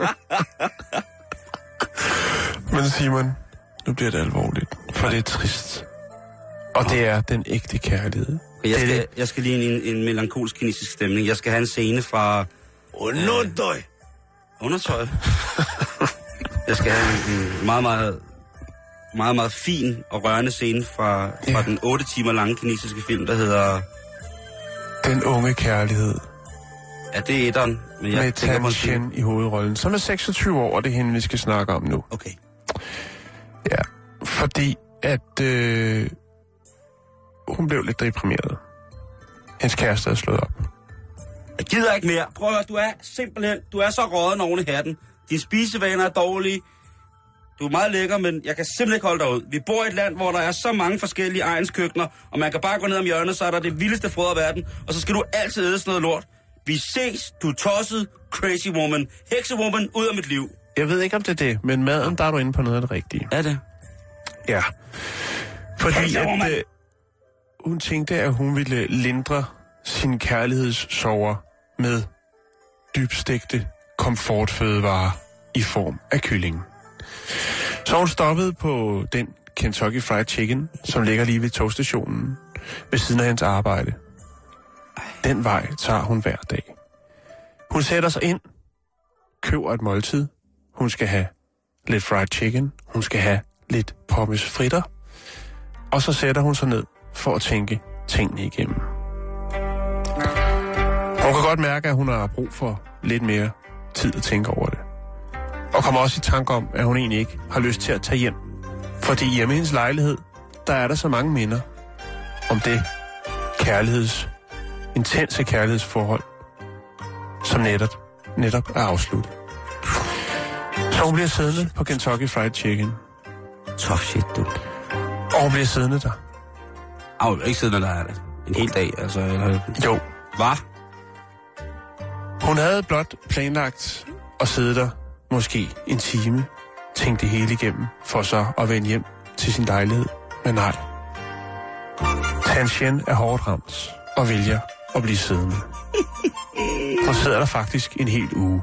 Men Simon, nu bliver det alvorligt, for det er trist. Og oh. det er den ægte kærlighed. Jeg skal, det, jeg skal lige en, en melankolsk kinesisk stemning. Jeg skal have en scene fra... Undertøj. Øh, undertøj? Jeg skal have en, en meget, meget, meget, meget fin og rørende scene fra, fra ja. den otte timer lange kinesiske film, der hedder... Den unge kærlighed. Ja, det er etteren. Men jeg med Tan Chen i hovedrollen, som er seksogtyve år, og det er hende, vi skal snakke om nu. Okay. Ja, fordi at øh, hun blev lidt deprimeret. Hendes kæreste er slået op. Jeg gider ikke mere. Prøv at høre, du er simpelthen, du er så råden oven i hatten. Dine spisevaner er dårlige. Du er meget lækker, men jeg kan simpelthen ikke holde dig ud. Vi bor i et land, hvor der er så mange forskellige egenskøkkener, og man kan bare gå ned om hjørnet, så er der det vildeste frød af verden, og så skal du altid æde sådan noget lort. Vi ses, du tosset, crazy woman, heksewoman, ud af mit liv. Jeg ved ikke, om det er det, men maden, der er du inde på noget af det rigtige. Er det? Ja. Fordi at, øh, hun tænkte, at hun ville lindre sin kærlighedssorger med dybstegte komfortfødevarer i form af kylling. Så hun stoppede på den Kentucky Fried Chicken, som ligger lige ved togstationen, ved siden af hendes arbejde. Den vej tager hun hver dag. Hun sætter sig ind, køber et måltid. Hun skal have lidt fried chicken. Hun skal have lidt pommes fritter. Og så sætter hun sig ned for at tænke tingene igennem. Hun kan godt mærke, at hun har brug for lidt mere tid at tænke over det. Og kommer også i tanke om, at hun egentlig ikke har lyst til at tage hjem. Fordi hjemme i hendes lejlighed, der er der så mange minder om det kærligheds, intense kærlighedsforhold, som netop, netop er afsluttet. Så hun bliver siddende på Kentucky Fried Chicken. Tough shit, du. Og hun bliver siddende der. Au, ikke siddende der en hel dag, altså. Eller... Jo. Hvad? Hun havde blot planlagt at sidde der måske en time, tænkte det hele igennem, for så at vende hjem til sin lejlighed Men nej. Tanchen er hårdt ramt og vælger at blive siddende. Og sidder der faktisk en hel uge.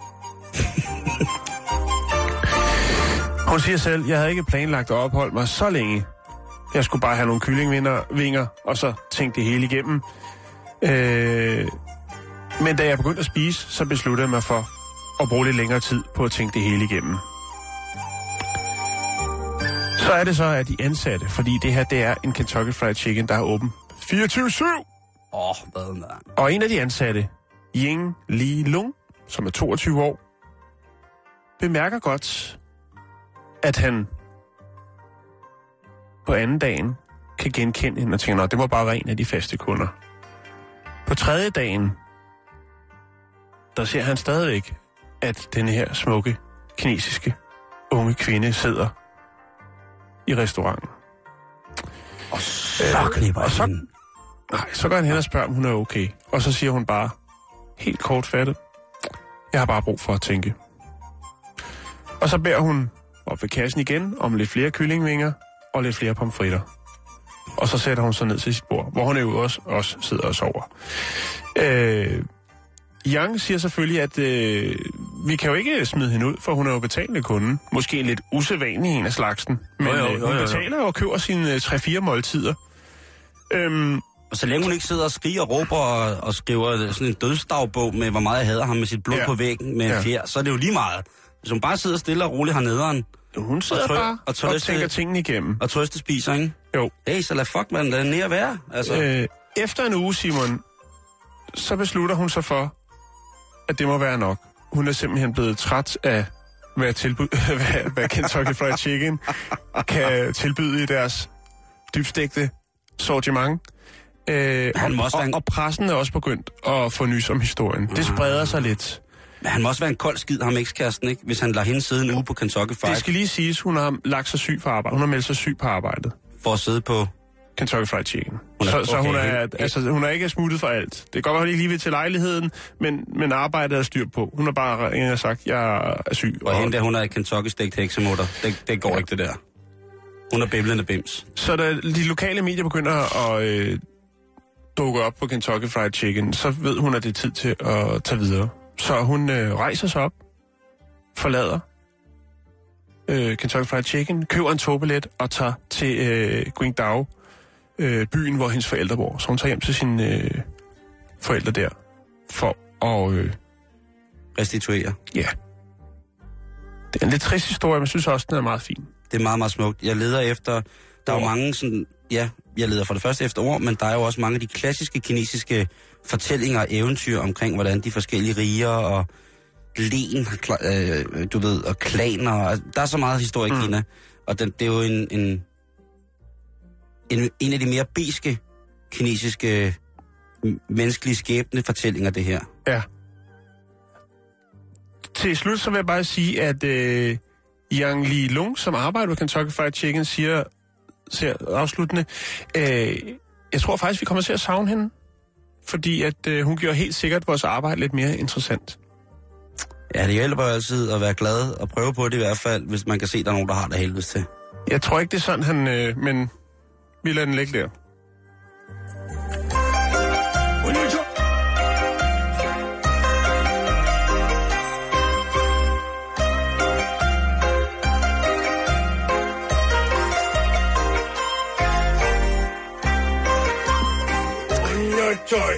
Hun siger selv, jeg havde ikke planlagt at opholde mig så længe. Jeg skulle bare have nogle kyllingvinger, og så tænkte det hele igennem. Øh, men da jeg begyndte at spise, så besluttede jeg mig for at bruge lidt længere tid på at tænke det hele igennem. Så er det så, at de ansatte, fordi det her, det er en Kentucky Fried Chicken, der er åben fireogtyve syv. Åh, oh, hvad man. Og en af de ansatte, Ying Li Lung, som er toogtyve år, bemærker godt, at han på anden dagen kan genkende hende og tænker, det må bare være en af de faste kunder. På tredje dagen, der ser han stadigvæk, at denne her smukke, kinesiske, unge kvinde sidder i restauranten. Og så knipper øh, og så, Nej, så går han hen og spørger, om hun er okay. Og så siger hun bare, helt kortfattet, jeg har bare brug for at tænke. Og så beder hun op ved kassen igen om lidt flere kyllingvinger og lidt flere pomfritter. Og så sætter hun sig ned til sit bord, hvor hun jo også, også sidder og sover. Øh, Yang siger selvfølgelig, at øh, vi kan jo ikke smide hende ud, for hun er jo betalende kunde. Måske lidt usædvanlig en af slagsen. Men jo, jo, jo, jo. hun betaler jo og køber sine tre fire måltider. Øhm, og så længe hun ikke sidder og skriger og råber og, og skriver sådan en dødsdagbog med, hvor meget jeg hader ham med sit blod ja. på væggen med ja. en fjer, så er det jo lige meget. Hvis hun bare sidder stille og roligt hernederen. Hun sidder og trø- bare og, og tænker tingene igennem. Og trøste spiser, ikke? Jo. Hey, så lad fuck, man. Lad ned at være. Altså. Øh, efter en uge, Simon, så beslutter hun sig for, at det må være nok. Hun er simpelthen blevet træt af, hvad, tilbud, hvad, hvad Kentucky Fried Chicken kan tilbyde i deres dybstegte sortiment. Øh, og, og, en... og pressen er også begyndt at få nys om historien. Det spreder sig lidt. Men han må også være en kold skid, ham ekskæresten, ikke? Hvis han lader hende sidde en uge på Kentucky Fried. Det skal lige siges, hun har lagt sig syg på arbejde. Hun har meldt sig syg på arbejdet. For at sidde på Kentucky Fried Chicken. Er, så, okay, så hun, er, altså, hun er ikke smuttet for alt. Det går godt, hun lige ved til lejligheden, men, men arbejdet er styr på. Hun har bare en, sagt, jeg er syg. Og, og hende der, hun er Kentucky Stegt heksemutter. Det, det går ja. ikke, det der. Hun er bimlende bims. Så da de lokale medier begynder at øh, dukke op på Kentucky Fried Chicken, så ved hun, at det er tid til at tage videre. Så hun øh, rejser sig op, forlader øh, Kentucky Fried Chicken, køber en togbillet og tager til øh, Qingdao, øh, byen, hvor hendes forældre bor. Så hun tager hjem til sine øh, forældre der, for at øh, restituere. Ja. Det er en lidt trist historie, men jeg synes også, den er meget fin. Det er meget, meget smukt. Jeg leder efter, der er jo mange sådan, ja, jeg leder for det første efter ord, men der er jo også mange af de klassiske kinesiske fortællinger og eventyr omkring, hvordan de forskellige riger og len, øh, du ved, og klaner. Der er så meget historie i mm. Kina, og den, det er jo en, en, en, en af de mere beske kinesiske menneskelige skæbne fortællinger, det her. Ja. Til slut så vil jeg bare sige, at øh, Yang Li Lung, som arbejder på Kentucky Fried Chicken, siger, siger afsluttende, øh, jeg tror faktisk, vi kommer til at savne hende, fordi at øh, hun gjorde helt sikkert vores arbejde lidt mere interessant. Ja, det hjælper altid at være glad og prøve på det i hvert fald, hvis man kan se, at der er nogen, der har det helvedes til. Jeg tror ikke, det er sådan, han... Øh, men vi lader den ligge der. Undertøj.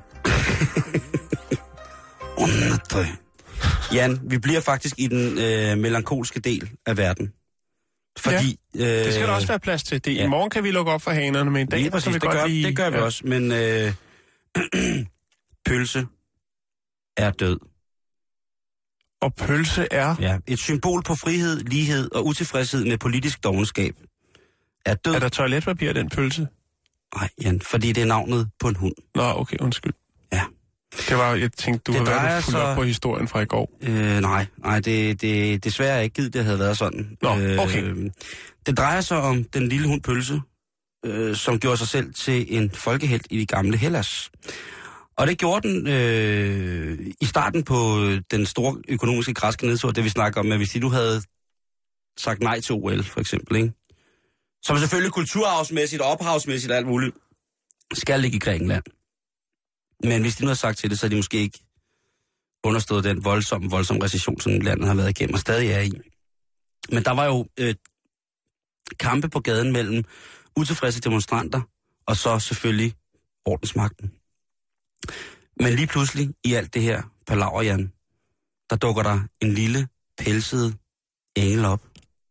Undertøj. Jan, vi bliver faktisk i den øh, melankolske del af verden. Fordi, ja, det skal øh, der også være plads til. Det, ja. I morgen kan vi lukke op for hanerne, men i dag præcis, så vi det godt gør, lige... Det gør vi ja. også, men øh, pølse er død. Og pølse er? Ja, et symbol på frihed, lighed og utilfredshed med politisk dovenskab. Er død. Er der toiletpapir i den pølse? Nej, Jan, fordi det er navnet på en hund. Nå, okay, undskyld. Ja. Det var, jeg tænkte, du det havde været fuldt op på historien fra i går. Øh, nej, nej, det, det desværre ikke givet, det havde været sådan. Nå, okay. Øh, det drejer sig om den lille hund Pølse, øh, som gjorde sig selv til en folkehelt i de gamle Hellas. Og det gjorde den øh, i starten på den store økonomiske græske nedtur, det vi snakker om, at hvis de nu havde sagt nej til O L, for eksempel, ikke? som selvfølgelig kulturarvsmæssigt og ophavsmæssigt og alt muligt, skal ligge i Grækenland. Men hvis de nu har sagt til det, så er de måske ikke understået den voldsomme, voldsomme recession, som landet har været igennem og stadig er i. Men der var jo øh, kampe på gaden mellem utilfredse demonstranter og så selvfølgelig ordensmagten. Men lige pludselig i alt det her palaver, Jan, der dukker der en lille pelset engel op.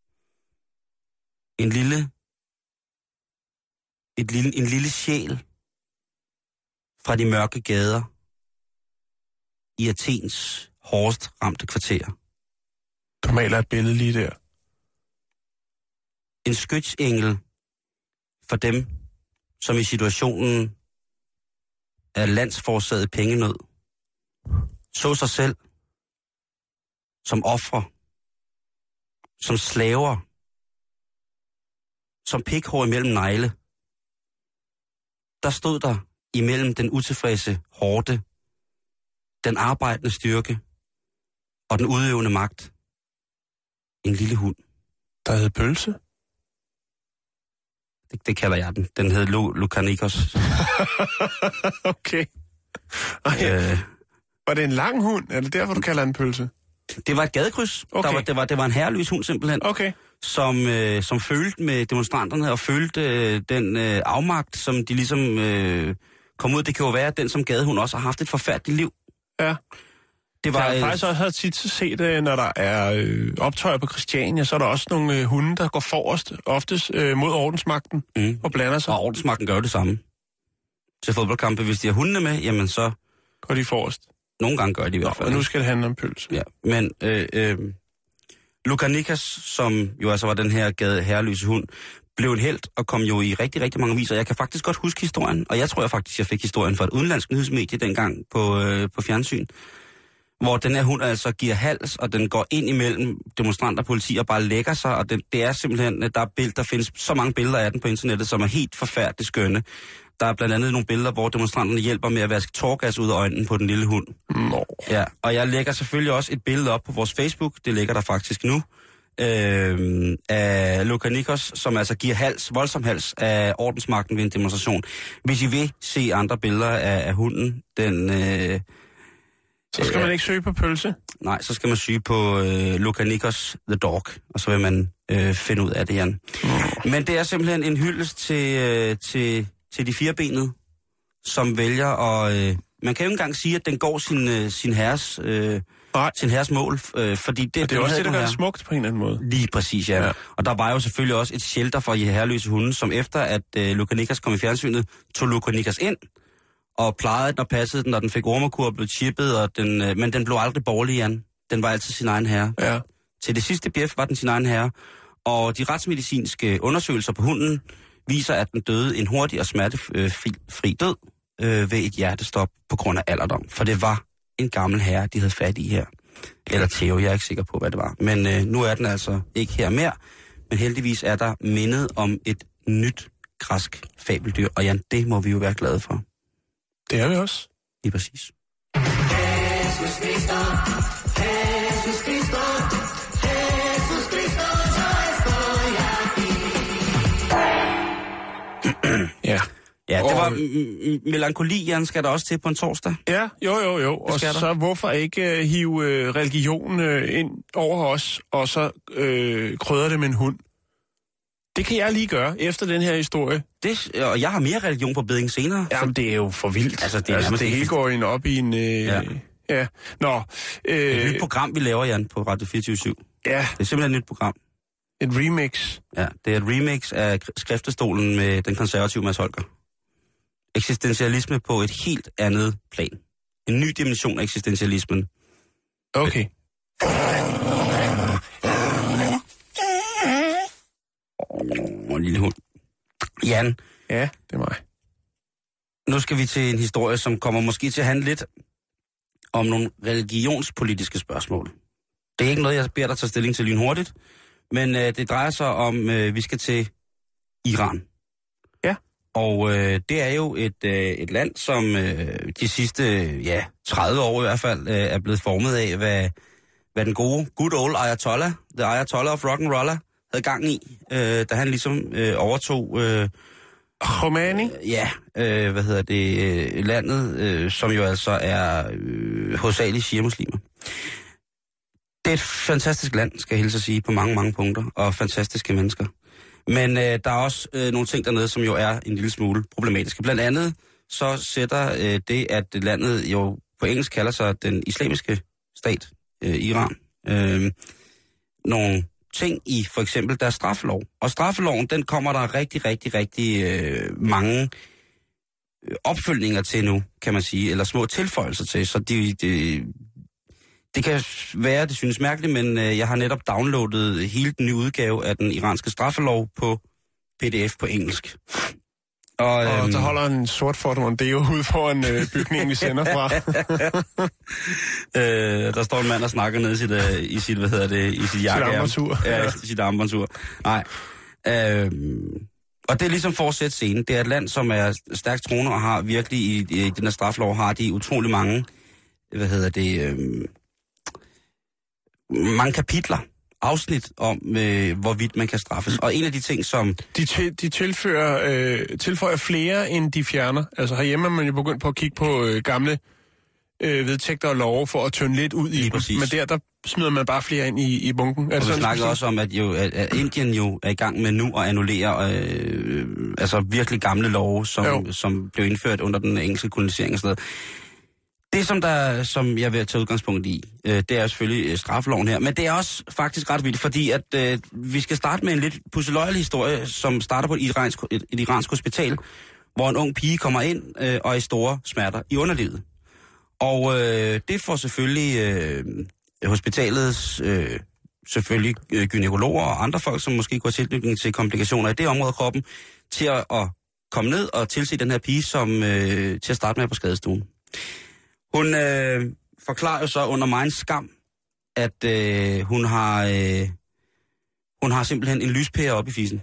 En lille, et lille, en lille sjæl fra de mørke gader i Athens hårdest ramte kvarter. Du maler et billede lige der. En skytsengel for dem, som i situationen af landsforsaget pengenød, så sig selv som ofre, som slaver, som pikhår imellem negle. Der stod der imellem den utilfredse hårde, den arbejdende styrke og den udøvende magt en lille hund. Der hed Pølse? Det, det kalder jeg den. Den hed Lu- Lukanikos. Okay. Okay. Øh, var det en lang hund? Er det derfor, du kalder den Pølse? Det var et gadekryds. Okay. Der var, det, var, det var en herreløs hund simpelthen. Okay. Som, øh, som følte med demonstranterne og følte øh, den øh, afmagt, som de ligesom øh, kom ud. Det kan jo være, at den som gadehund også har haft et forfærdeligt liv. Ja. Det var, jeg har faktisk også tit set, når der er øh, optøjer på Christiania, så er der også nogle øh, hunde, der går forrest, oftest øh, mod ordensmagten, mm. og blander sig. Og ordensmagten gør det samme. Til fodboldkampe, hvis de har hundene med, jamen så... Går de forrest? Nogle gange gør de i hvert fald. Og nu skal det handle om pølse. Ja, men øh, øh, Lukanikas, som jo altså var den her gade herreløse hund, blev en helt og kom jo i rigtig, rigtig mange aviser. Jeg kan faktisk godt huske historien, og jeg tror jeg faktisk, jeg fik historien fra et udenlandsk nyhedsmedie dengang på, øh, på fjernsyn, hvor den her hund altså giver hals, og den går ind imellem demonstranter og politi og bare lægger sig, og det, det er simpelthen, der, er bild, der findes så mange billeder af den på internettet, som er helt forfærdeligt skønne. Der er blandt andet nogle billeder, hvor demonstranterne hjælper med at vaske tårgas ud af øjnene på den lille hund. Nå. Ja, og jeg lægger selvfølgelig også et billede op på vores Facebook, det ligger der faktisk nu, øh, af Lukanikos, som altså giver hals, voldsom hals af ordensmagten ved en demonstration. Hvis I vil se andre billeder af, af hunden, den... Øh, så skal man ikke søge på pølse? Nej, så skal man søge på øh, Lukanikos the Dog, og så vil man øh, finde ud af det, Jan. Mm. Men det er simpelthen en hyldest til, øh, til, til de firebenede, som vælger at... Øh, man kan jo ikke engang sige, at den går sin, øh, sin, herres, øh, sin herres mål, øh, fordi det... Og det er også det, der gør det smukt på en eller anden måde. Lige præcis, ja. ja. Og der var jo selvfølgelig også et shelter for de herreløse hunde, som efter at øh, Lukanikos kom i fjernsynet, tog Lukanikos ind, og plejede den og passede den, og den fik ormekur og blev chippet, og den, øh, men den blev aldrig borgerlig, Jan. Den var altid sin egen herre. Ja. Til det sidste bjef var den sin egen herre, og de retsmedicinske undersøgelser på hunden viser, at den døde en hurtig og smertefri død øh, ved et hjertestop på grund af alderdom. For det var en gammel herre, de havde fat i her. Eller Theo, jeg er ikke sikker på, hvad det var. Men øh, nu er den altså ikke her mere, men heldigvis er der mindet om et nyt græsk fabeldyr, og Jan, det må vi jo være glade for. Det er vi også. Lige præcis. Jesus Cristo, Jesus Cristo, Jesus Cristo, yo estoy aquí. Ja. Ja, det var m- melankoli, Jan, skal der også til på en torsdag? Ja, jo, jo, jo. Og så der. Hvorfor ikke uh, hive uh, religion uh, ind over os, og så uh, krydre det med en hund? Det kan jeg lige gøre, efter den her historie. Det, og jeg har mere religion på beding senere. Jamen, det er jo for vildt. Altså, det, er altså, det hele går ind op i en... Øh, ja. ja. Nå. Øh, et nyt program, vi laver, Jan, på Radio fireogtyve syv. Ja. Det er simpelthen et nyt program. Et remix. Ja, det er et remix af skriftestolen med den konservative Mads Holger. Eksistentialisme på et helt andet plan. En ny dimension af eksistentialismen. Okay. Åh, oh, lille hund. Jan. Ja, det er mig. Nu skal vi til en historie, som kommer måske til at handle lidt om nogle religionspolitiske spørgsmål. Det er ikke noget, jeg beder dig tage stilling til lynhurtigt, men øh, det drejer sig om, øh, vi skal til Iran. Ja. Og øh, det er jo et, øh, et land, som øh, de sidste ja, tredive år i hvert fald øh, er blevet formet af, hvad, hvad den gode, good old Ayatollah, the Ayatollah of rock'n'roller, havde gang i, øh, da han ligesom øh, overtog... Øh, Khomeini? Øh, ja, øh, hvad hedder det, øh, landet, øh, som jo altså er øh, hovedsageligt shia-muslimer. Det er et fantastisk land, skal jeg hilse at sige, på mange, mange punkter, og fantastiske mennesker. Men øh, der er også øh, nogle ting dernede, som jo er en lille smule problematiske. Blandt andet så sætter øh, det, at landet jo på engelsk kalder sig den islamiske stat, øh, Iran, øh, nogle ting i for eksempel deres straffelov. Og straffeloven, den kommer der rigtig, rigtig, rigtig øh, mange opfølgninger til nu, kan man sige, eller små tilføjelser til. Så det, det, det kan være, det synes mærkeligt, men øh, jeg har netop downloadet hele den nye udgave af den iranske straffelov på P D F på engelsk. Og, og øhm, der holder en sort Ford Mondeo ude foran øh, bygningen, vi sender fra. øh, der står en mand og snakker ned i sit, øh, i sit hvad hedder det, i sit jakkærm. Sit armbåndsur. Ja, i sit armbåndsur. Nej. Øh, og det er ligesom forsæt scenen. Det er et land, som er stærkt troende og har virkelig i, i den her straflov, har de utrolig mange, hvad hedder det, øh, mange kapitler, afsnit om, øh, hvorvidt man kan straffes. Og en af de ting, som... De, til, de tilfører, øh, tilføjer flere, end de fjerner. Altså herhjemme er man jo begyndt på at kigge på øh, gamle øh, vedtægter og love for at tønde lidt ud i dem. Men der, der smider man bare flere ind i, i bunken. Og vi snakker også om, at, jo, at, at Indien jo er i gang med nu at annullere øh, altså virkelig gamle love, som, som blev indført under den engelske kolonisering og sådan noget. Det, som, der, som jeg vil tage udgangspunkt i, øh, det er selvfølgelig øh, straffeloven her. Men det er også faktisk ret vildt, fordi at øh, vi skal starte med en lidt pusseløjelig historie, som starter på et iransk, et, et iransk hospital, hvor en ung pige kommer ind øh, og er i store smerter i underlivet. Og øh, det får selvfølgelig øh, hospitalets øh, selvfølgelig øh, gynækologer og andre folk, som måske går tilknytning til komplikationer i det område af kroppen, til at, at komme ned og tilse den her pige som øh, til at starte med på skadestuen. Hun øh, forklarer jo så under megen skam, at øh, hun har øh, hun har simpelthen en lyspære op i fissen.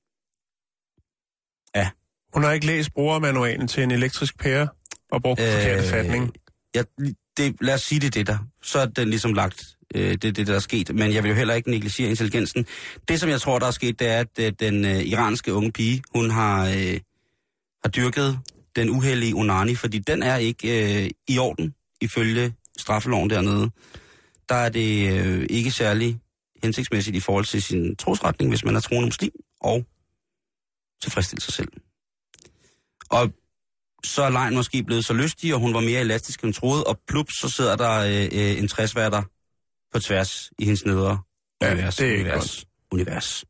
Ja. Hun har ikke læst brugermanualen til en elektrisk pære og brugt øh, forkert fatning. Ja, det, lad os sige det det der. Så er den ligesom lagt. Øh, det er det, der er sket. Men jeg vil jo heller ikke negligere intelligensen. Det, som jeg tror, der er sket, det er, at øh, den øh, iranske unge pige, hun har, øh, har dyrket den uheldige onani, fordi den er ikke øh, i orden, ifølge straffeloven dernede. Der er det øh, ikke særlig hensigtsmæssigt i forhold til sin trosretning, hvis man er troende muslim, og tilfredsstille sig selv. Og så er lejen måske blevet så lystig, og hun var mere elastisk end troede, og plup, så sidder der øh, en tres-værter på tværs i hendes nedre ja, univers. Det er univers, univers.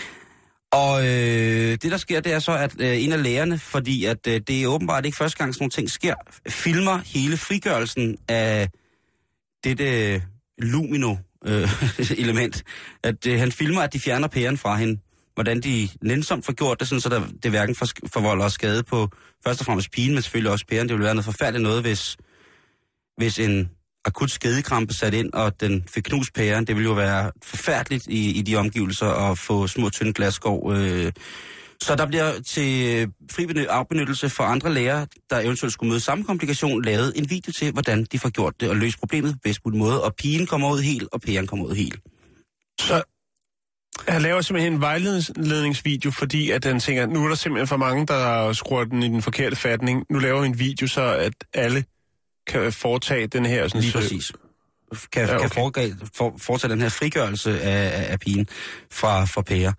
Og øh, det, der sker, det er så, at øh, en af lægerne, fordi at øh, det er åbenbart ikke første gang, sådan nogle ting sker, filmer hele frigørelsen af dette lumino-element. Øh, at øh, han filmer, at de fjerner pæren fra hende. Hvordan de nænsomt får gjort det, sådan, så der, det hverken for, forvolder skade på først og fremmest pigen, men selvfølgelig også pæren. Det ville være noget forfærdeligt noget, hvis, hvis en akut skedekrampe sat ind, og den fik knust pæren. Det ville jo være forfærdeligt i, i de omgivelser at få små, tynde glasskår. Øh. Så der bliver til fri afbenyttelse for andre læger, der eventuelt skulle møde samme komplikation, lavet en video til, hvordan de får gjort det og løst problemet på bedst mulig måde. Og pigen kommer ud helt, og pæren kommer ud helt. Så han laver simpelthen en vejledningsvideo, fordi at den tænker, nu er der simpelthen for mange, der skruer den i den forkerte fatning. Nu laver vi en video, så at alle kan foretage den her... Sådan, lige præcis. Kan, ja, okay. kan foretage, for, foretage den her frigørelse af, af pigen fra, fra pære.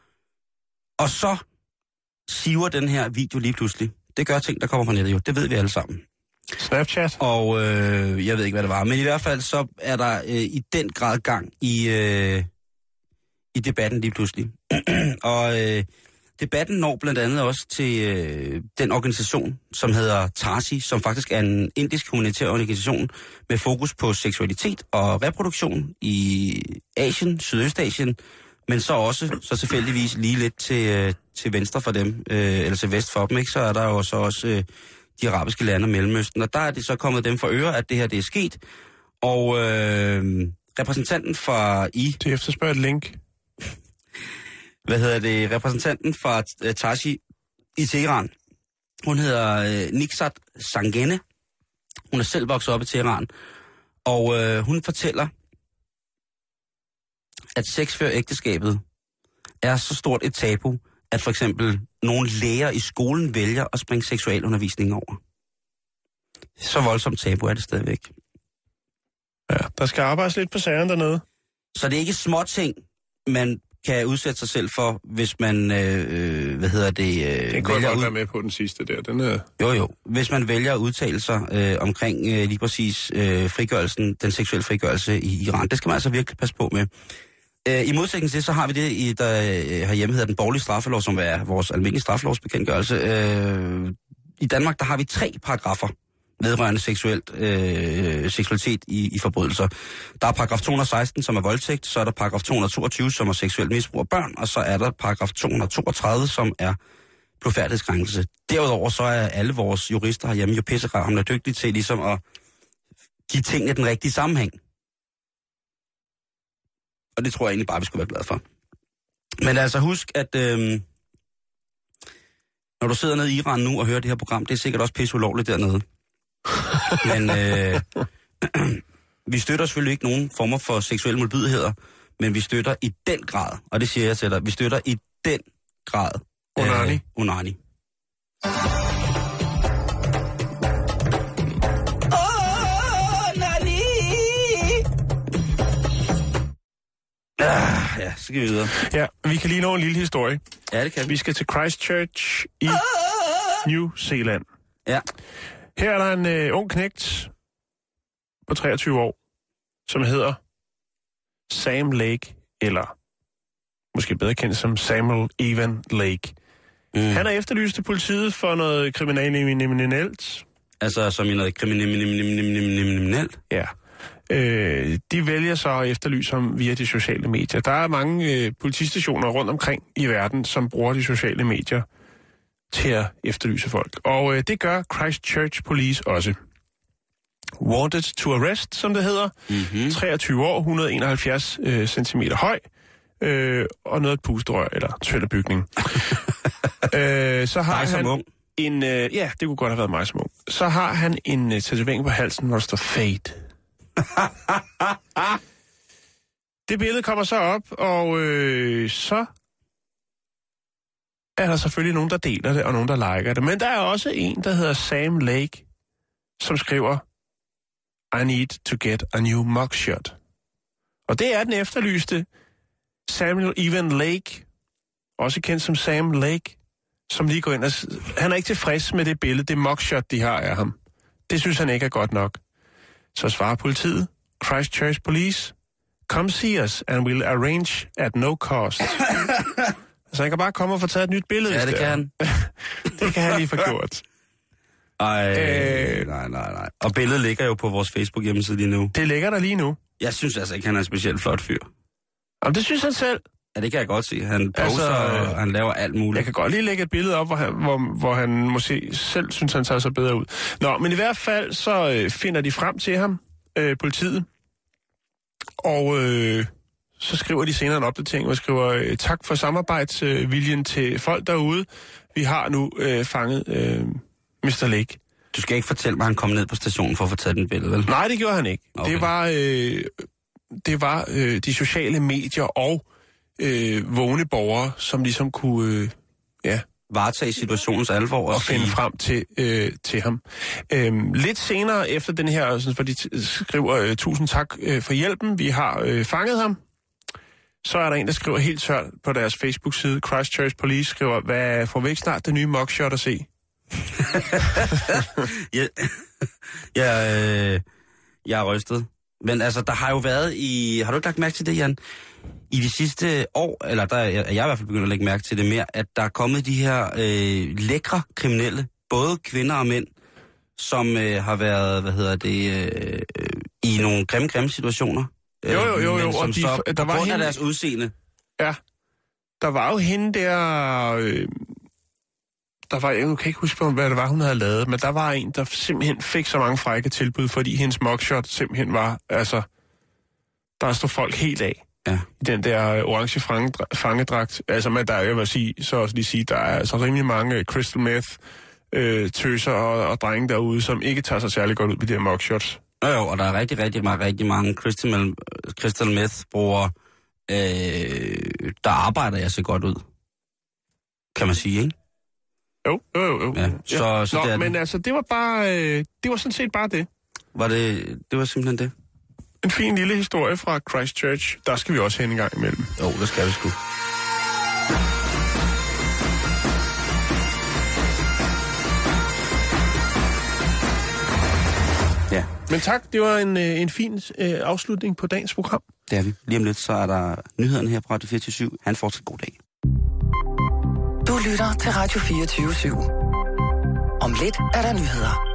Og så siver den her video lige pludselig. Det gør ting, der kommer fra nettet jo. Det ved vi alle sammen. Snapchat? Og øh, jeg ved ikke, hvad det var. Men i hvert fald så er der øh, i den grad gang i... Øh, i debatten lige pludselig. og øh, debatten når blandt andet også til øh, den organisation, som hedder Tarsi, som faktisk er en indisk humanitær organisation med fokus på seksualitet og reproduktion i Asien, Sydøstasien, men så også så tilfældigvis lige lidt til, øh, til venstre for dem, øh, eller til vest for dem, ikke? Så er der jo så også øh, de arabiske lande og Mellemøsten, og der er det så kommet dem for øre, at det her det er sket, og øh, repræsentanten fra I... Det efterspørger et link. Hvad hedder det? Repræsentanten fra uh, Tashi i Teheran. Hun hedder uh, Niksat Sangene. Hun er selv vokset op i Teheran. Og uh, hun fortæller, at sex før ægteskabet er så stort et tabu, at for eksempel nogle læger i skolen vælger at springe seksualundervisning over. Så voldsomt tabu er det stadigvæk. Ja, der skal arbejdes lidt på sagerne dernede. Så det er ikke små ting, man kan udsætte sig selv for, hvis man, øh, hvad hedder det... Øh, det kan godt ud... være med på den sidste der. Den er... Jo, jo. Hvis man vælger at udtale sig øh, omkring øh, lige præcis øh, frigørelsen, den seksuelle frigørelse i Iran, det skal man altså virkelig passe på med. Øh, I modsætning til det, så har vi det, i, der øh, herhjemme hedder den borgerlige straffelov, som er vores almindelige straffelovsbekendtgørelse. Øh, I Danmark, der har vi tre paragrafer vedrørende seksuelt, øh, seksualitet i, i forbrydelser. Der er paragraf to hundrede og seksten, som er voldtægt, så er der paragraf to hundrede og toogtyve, som er seksuelt misbrug af børn, og så er der paragraf to hundrede og toogtredive, som er blufærdighedskrænkelse. Derudover så er alle vores jurister herhjemme jo pisseramende dygtige til ligesom at give tingene den rigtige sammenhæng. Og det tror jeg egentlig bare, vi skulle være glade for. Men altså husk, at øh, når du sidder nede i Iran nu og hører det her program, det er sikkert også pisse ulovligt dernede. Men øh, vi støtter selvfølgelig ikke nogen former for seksuelle modbydeligheder, men vi støtter i den grad, og det siger jeg til dig, vi støtter i den grad Onani. Øh, onani. Onani! Ah, ja, så skal vi videre. Ja, vi kan lige nå en lille historie. Ja, det kan vi. Vi skal til Christchurch i New Zealand. Ja. Her er der en øh, ung knægt på treogtyve år, som hedder Sam Lake, eller måske bedre kendt som Samuel Evan Lake. Mm. Han er efterlyst til politiet for noget kriminelt. Altså som i noget kriminelt? Ja. Øh, de vælger så at efterlyse ham via de sociale medier. Der er mange øh, politistationer rundt omkring i verden, som bruger de sociale medier til at efterlyse folk. Og øh, det gør Christchurch Police også. Wanted to arrest, som det hedder. Mm-hmm. treogtyve år, et hundrede og enoghalvfjerds øh, centimeter høj, øh, og noget pusterør, eller tøllebygning. øh, så har han ung. en... Øh, ja, det kunne godt have været mig som ung. Så har han en øh, tatovering på halsen, hvor der står Fate. Det billede kommer så op, og øh, så er der selvfølgelig nogen, der deler det, og nogen, der liker det. Men der er også en, der hedder Sam Lake, som skriver, I need to get a new mugshot. Og det er den efterlyste Samuel Evan Lake, også kendt som Sam Lake, som lige går ind og... Han er ikke tilfreds med det billede, det mugshot, de har af ham. Det synes han ikke er godt nok. Så svarer politiet, Christchurch Police, come see us and we'll arrange at no cost. Så han kan bare komme og få taget et nyt billede. Ja, det kan han. Det kan han lige få gjort. Ej, øh, nej, nej, nej. Og billedet ligger jo på vores Facebook-hjemmeside lige nu. Det ligger der lige nu. Jeg synes altså ikke, han er en specielt flot fyr. Jamen, det synes han selv. Ja, det kan jeg godt se. Han poser, altså, og han laver alt muligt. Jeg kan godt lige lægge et billede op, hvor han, hvor, hvor han måske selv synes, han tager sig bedre ud. Nå, men i hvert fald så øh, finder de frem til ham, øh, politiet. Og øh, så skriver de senere en opdatering, og skriver, øh, tak for samarbejdsviljen øh, til folk derude. Vi har nu øh, fanget øh, mister Lake. Du skal ikke fortælle mig, at han kom ned på stationen for at få taget den billede, vel? Nej, det gjorde han ikke. Okay. Det var, øh, det var øh, de sociale medier og øh, vågne borgere, som ligesom kunne øh, ja, varetage situationens alvor og, og finde frem til, øh, til ham. Øhm, lidt senere efter den her, sådan, for de t- skriver, øh, tusind tak øh, for hjælpen, vi har øh, fanget ham. Så er der en, der skriver helt tørt på deres Facebook-side, Christchurch Police skriver, hvad får vi ikke snart det nye mugshot at se? ja, ja øh, jeg er rystet. Men altså, der har jo været i... Har du ikke lagt mærke til det, Jan? I de sidste år, eller der er jeg i hvert fald begyndt at lægge mærke til det mere, at der er kommet de her øh, lækre kriminelle, både kvinder og mænd, som øh, har været, hvad hedder det, øh, øh, i nogle grimme, grimme situationer. Øh, jo, jo, jo, jo. Men som og de, så, der på var grund hende, af deres udseende. Ja, der var jo hende der... Øh, der var, jeg kan ikke huske, hvad det var, hun havde lavet, men der var en, der simpelthen fik så mange frække tilbud, fordi hendes mugshot simpelthen var, altså, der stod folk helt af. Ja. I den der orange fangedragt. Altså, men der er, jeg vil sige, så også lige sige, der er altså rimelig mange crystal meth øh, tøser og, og drenge derude, som ikke tager sig særlig godt ud ved de her mugshots. Jo, jo, og der er rigtig, rigtig, rigtig mange crystal, crystal meth brugere, øh, der arbejder jeg så godt ud. Kan man sige, ikke? Jo, jo, jo. jo. Ja, så, ja. så Nå, det men altså, det var bare, øh, det var sådan set bare det. Var det, det var simpelthen det? En fin lille historie fra Christchurch. Der skal vi også hen en gang imellem. Jo, det skal vi sgu. Ja. Men tak, det var en, en fin øh, afslutning på dagens program. Det er vi. Lige om lidt, så er der nyhederne her på Radio fireogtyve syv. Han fortsat god dag. Du lytter til Radio fireogtyve syv. Om lidt er der nyheder.